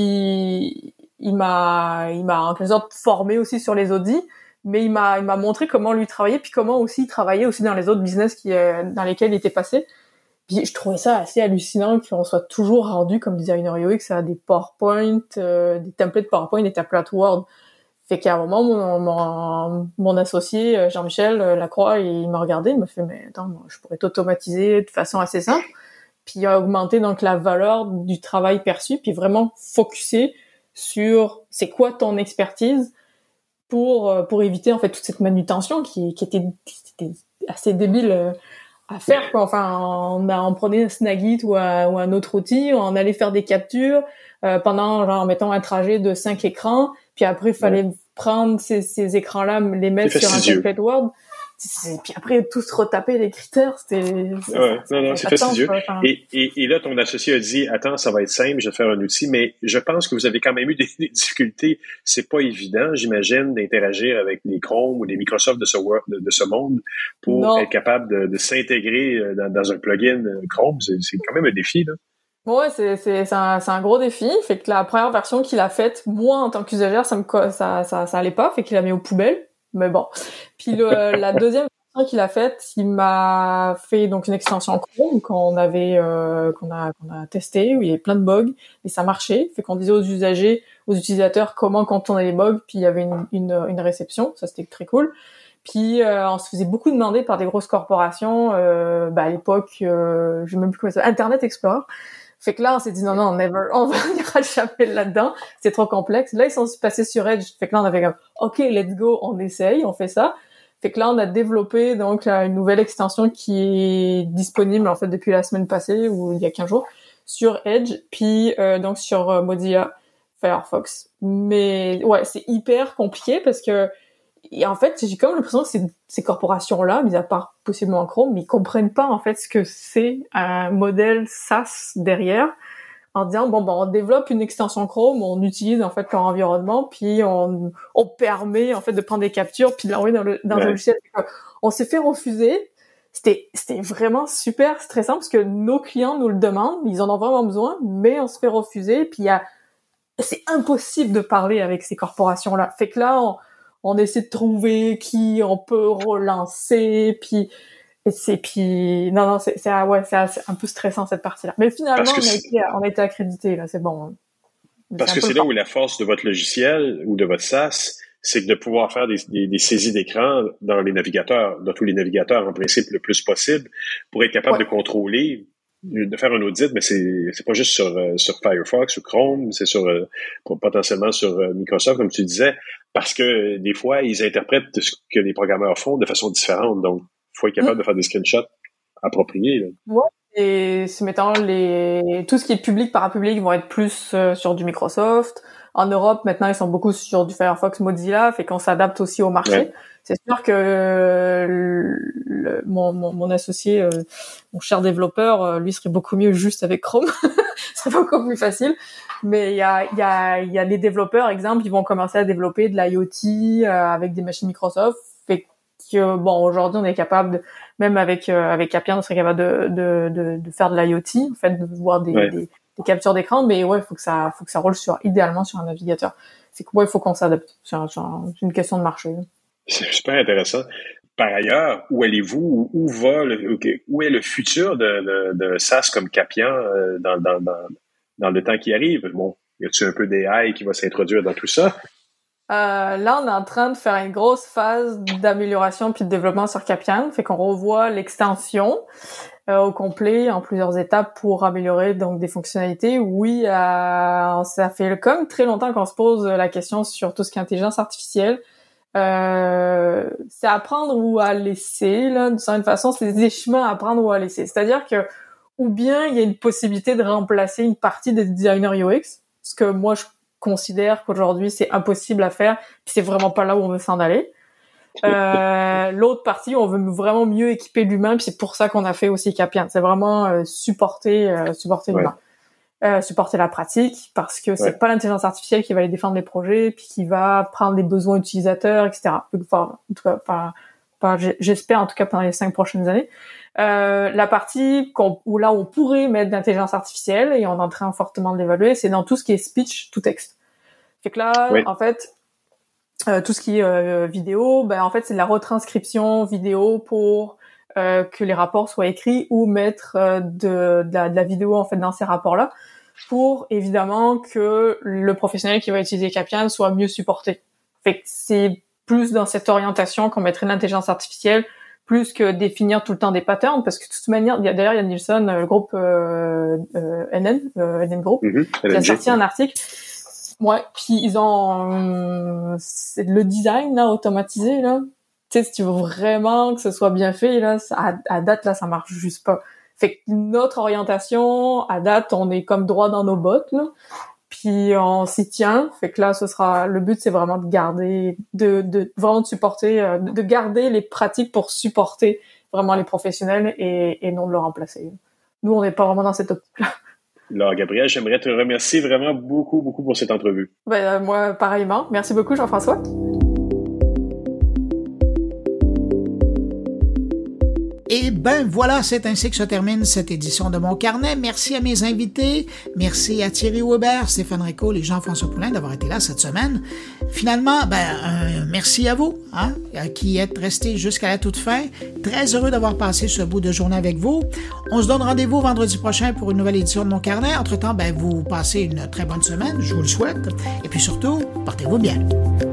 Puis il m'a, il m'a en quelque sorte formé aussi sur les audits, mais il m'a, il m'a montré comment lui travailler, puis comment aussi il travaillait aussi dans les autres business qui, euh, dans lesquels il était passé. Puis je trouvais ça assez hallucinant qu'on soit toujours rendu comme designer U X à des PowerPoint, euh, des templates PowerPoint, des templates Word. Fait qu'à un moment, mon, mon, mon associé, Jean-Michel Lacroix, il m'a regardé, il m'a fait « Mais attends, moi, je pourrais t'automatiser de façon assez simple. » Puis il a augmenté donc la valeur du travail perçu, puis vraiment focusser sur c'est quoi ton expertise pour pour éviter en fait toute cette manutention qui, qui, était, qui était assez débile à faire, quoi. Enfin, on, on prenait un Snagit ou un, ou un autre outil, on allait faire des captures euh, pendant, genre, mettons, un trajet de cinq écrans, puis après, il fallait ouais. prendre ces, ces écrans-là, les mettre sur un template Word, puis après, tous retaper les critères, c'était... c'était ouais, ça, non, non, c'est fastidieux. Enfin... Et, et, et là, ton associé a dit, attends, ça va être simple, je vais faire un outil, mais je pense que vous avez quand même eu des, des difficultés. C'est pas évident, j'imagine, d'interagir avec les Chrome ou les Microsoft de ce, de, de ce monde pour non. être capable de, de s'intégrer dans, dans un plugin Chrome. C'est, c'est quand même un défi, là. Ouais, c'est c'est c'est un c'est un gros défi. Fait que la première version qu'il a faite, moi en tant qu'usagère, ça me ça ça ça allait pas, fait qu'il l'a mis aux poubelles. Mais bon. Puis le, la deuxième version qu'il a faite, il m'a fait donc une extension Chrome qu'on avait euh, qu'on a qu'on a testé où il y avait plein de bugs et ça marchait. Fait qu'on disait aux usagers, aux utilisateurs comment contourner les bugs, puis il y avait une une une réception, ça c'était très cool. Puis euh, on se faisait beaucoup demander par des grosses corporations euh, bah à l'époque euh, je sais même plus comment ça s'appelle, Internet Explorer. Fait que là, on s'est dit, non, non, never, on n'ira jamais là-dedans. C'est trop complexe. Là, ils sont passés sur Edge. Fait que là, on avait comme, OK, let's go, on essaye, on fait ça. Fait que là, on a développé, donc, une nouvelle extension qui est disponible, en fait, depuis la semaine passée, ou il y a quinze jours, sur Edge, puis, euh, donc, sur Mozilla Firefox. Mais, ouais, c'est hyper compliqué parce que, et en fait, j'ai comme l'impression que ces, ces corporations-là, mis à part possiblement Chrome, ils comprennent pas en fait ce que c'est un modèle SaaS derrière, en disant bon ben on développe une extension Chrome, on utilise en fait leur environnement, puis on on permet en fait de prendre des captures puis de l'envoyer dans le dans ouais. un logiciel. On s'est fait refuser. C'était c'était vraiment super stressant parce que nos clients nous le demandent, ils en ont vraiment besoin, mais on se fait refuser. Puis il y a c'est impossible de parler avec ces corporations là. Fait que là on on essaie de trouver qui on peut relancer, puis et c'est puis non non c'est c'est ouais c'est un peu stressant cette partie-là. Mais finalement on a été on a été accrédité là, c'est bon. Parce que c'est là où la force de votre logiciel ou de votre SaaS, c'est que de pouvoir faire des, des, des saisies d'écran dans les navigateurs, dans tous les navigateurs en principe le plus possible, pour être capable ouais. de contrôler, de faire un audit, mais c'est c'est pas juste sur euh, sur Firefox ou Chrome, c'est sur euh, potentiellement sur euh, Microsoft comme tu disais, parce que des fois ils interprètent ce que les programmeurs font de façon différente, donc il faut être capable mmh. de faire des screenshots appropriés. Là. Ouais. Et se mettant les tout ce qui est public parapublic vont être plus euh, sur du Microsoft. En Europe maintenant ils sont beaucoup sur du Firefox Mozilla, fait qu'on s'adapte aussi au marché. Ouais. C'est sûr que euh, le, mon, mon mon associé, euh, mon cher développeur, euh, lui serait beaucoup mieux juste avec Chrome, ce serait beaucoup plus facile. Mais il y a il y a il y a les développeurs, exemple, ils vont commencer à développer de l'IoT euh, avec des machines Microsoft. Fait que bon aujourd'hui on est capable de, même avec euh, avec Capian on serait capable de de de, de faire de l'IoT, en fait de voir des, ouais. des des captures d'écran, mais ouais, il faut que ça faut que ça roule sur idéalement sur un navigateur. C'est que ouais, il faut qu'on s'adapte. C'est, un, c'est, un, c'est une question de marché. C'est super intéressant. Par ailleurs, où allez-vous, où va le, où est le futur de, de, de SaaS comme Capian euh, dans, dans, dans, dans le temps qui arrive? Bon, y a-t-il un peu d'A I qui va s'introduire dans tout ça? Euh, là, on est en train de faire une grosse phase d'amélioration puis de développement sur Capian, fait qu'on revoit l'extension euh, au complet en plusieurs étapes pour améliorer donc des fonctionnalités. Oui, euh, ça fait comme très longtemps qu'on se pose la question sur tout ce qui est intelligence artificielle. Euh, c'est à prendre ou à laisser, là, d'une certaine façon, c'est des chemins à prendre ou à laisser. C'est-à-dire que, ou bien il y a une possibilité de remplacer une partie des designers U X, ce que moi je considère qu'aujourd'hui c'est impossible à faire, puis c'est vraiment pas là où on veut s'en aller. Euh, l'autre partie, on veut vraiment mieux équiper l'humain, puis c'est pour ça qu'on a fait aussi Capian. C'est vraiment euh, supporter, euh, supporter ouais. l'humain. Euh, supporter la pratique, parce que c'est ouais. pas l'intelligence artificielle qui va aller défendre les projets, puis qui va prendre les besoins utilisateurs, et cetera. Enfin, en tout cas, pas, pas, j'espère en tout cas pendant les cinq prochaines années. Euh, la partie qu'on, où là on pourrait mettre de l'intelligence artificielle, et on est en train fortement de l'évaluer, c'est dans tout ce qui est speech to text. Fait que là, ouais. en fait, euh, tout ce qui est euh, vidéo, ben en fait c'est de la retranscription vidéo pour euh, que les rapports soient écrits, ou mettre euh, de, de, la, de la vidéo en fait dans ces rapports-là, pour évidemment que le professionnel qui va utiliser Capian soit mieux supporté. Fait que c'est plus dans cette orientation qu'on mettrait l'intelligence artificielle, plus que définir tout le temps des patterns, parce que de toute manière, il y a, d'ailleurs il y a Nielsen, le groupe euh, euh, N N, euh, N N Group, mm-hmm. qui a sorti un article. Ouais, puis ils ont euh, c'est le design là automatisé là. Tu sais, si tu veux vraiment que ce soit bien fait là, ça, à, à date là, ça marche juste pas. Fait que notre orientation, à date, on est comme droit dans nos bottes, là. Puis on s'y tient. Fait que là, ce sera, le but, c'est vraiment de garder, de, de, vraiment de supporter, de garder les pratiques pour supporter vraiment les professionnels et, et non de le remplacer. Nous, on n'est pas vraiment dans cette optique-là. Alors, Gabrielle, j'aimerais te remercier vraiment beaucoup, beaucoup pour cette entrevue. Ben, euh, moi, pareillement. Merci beaucoup, Jean-François. Et ben voilà, c'est ainsi que se termine cette édition de Mon Carnet. Merci à mes invités, merci à Thierry Weber, Stéphane Ricoul et Jean-François Poulin d'avoir été là cette semaine. Finalement, ben euh, merci à vous, hein, qui êtes restés jusqu'à la toute fin. Très heureux d'avoir passé ce bout de journée avec vous. On se donne rendez-vous vendredi prochain pour une nouvelle édition de Mon Carnet. Entre-temps, ben vous passez une très bonne semaine, je vous le souhaite. Et puis surtout, portez-vous bien.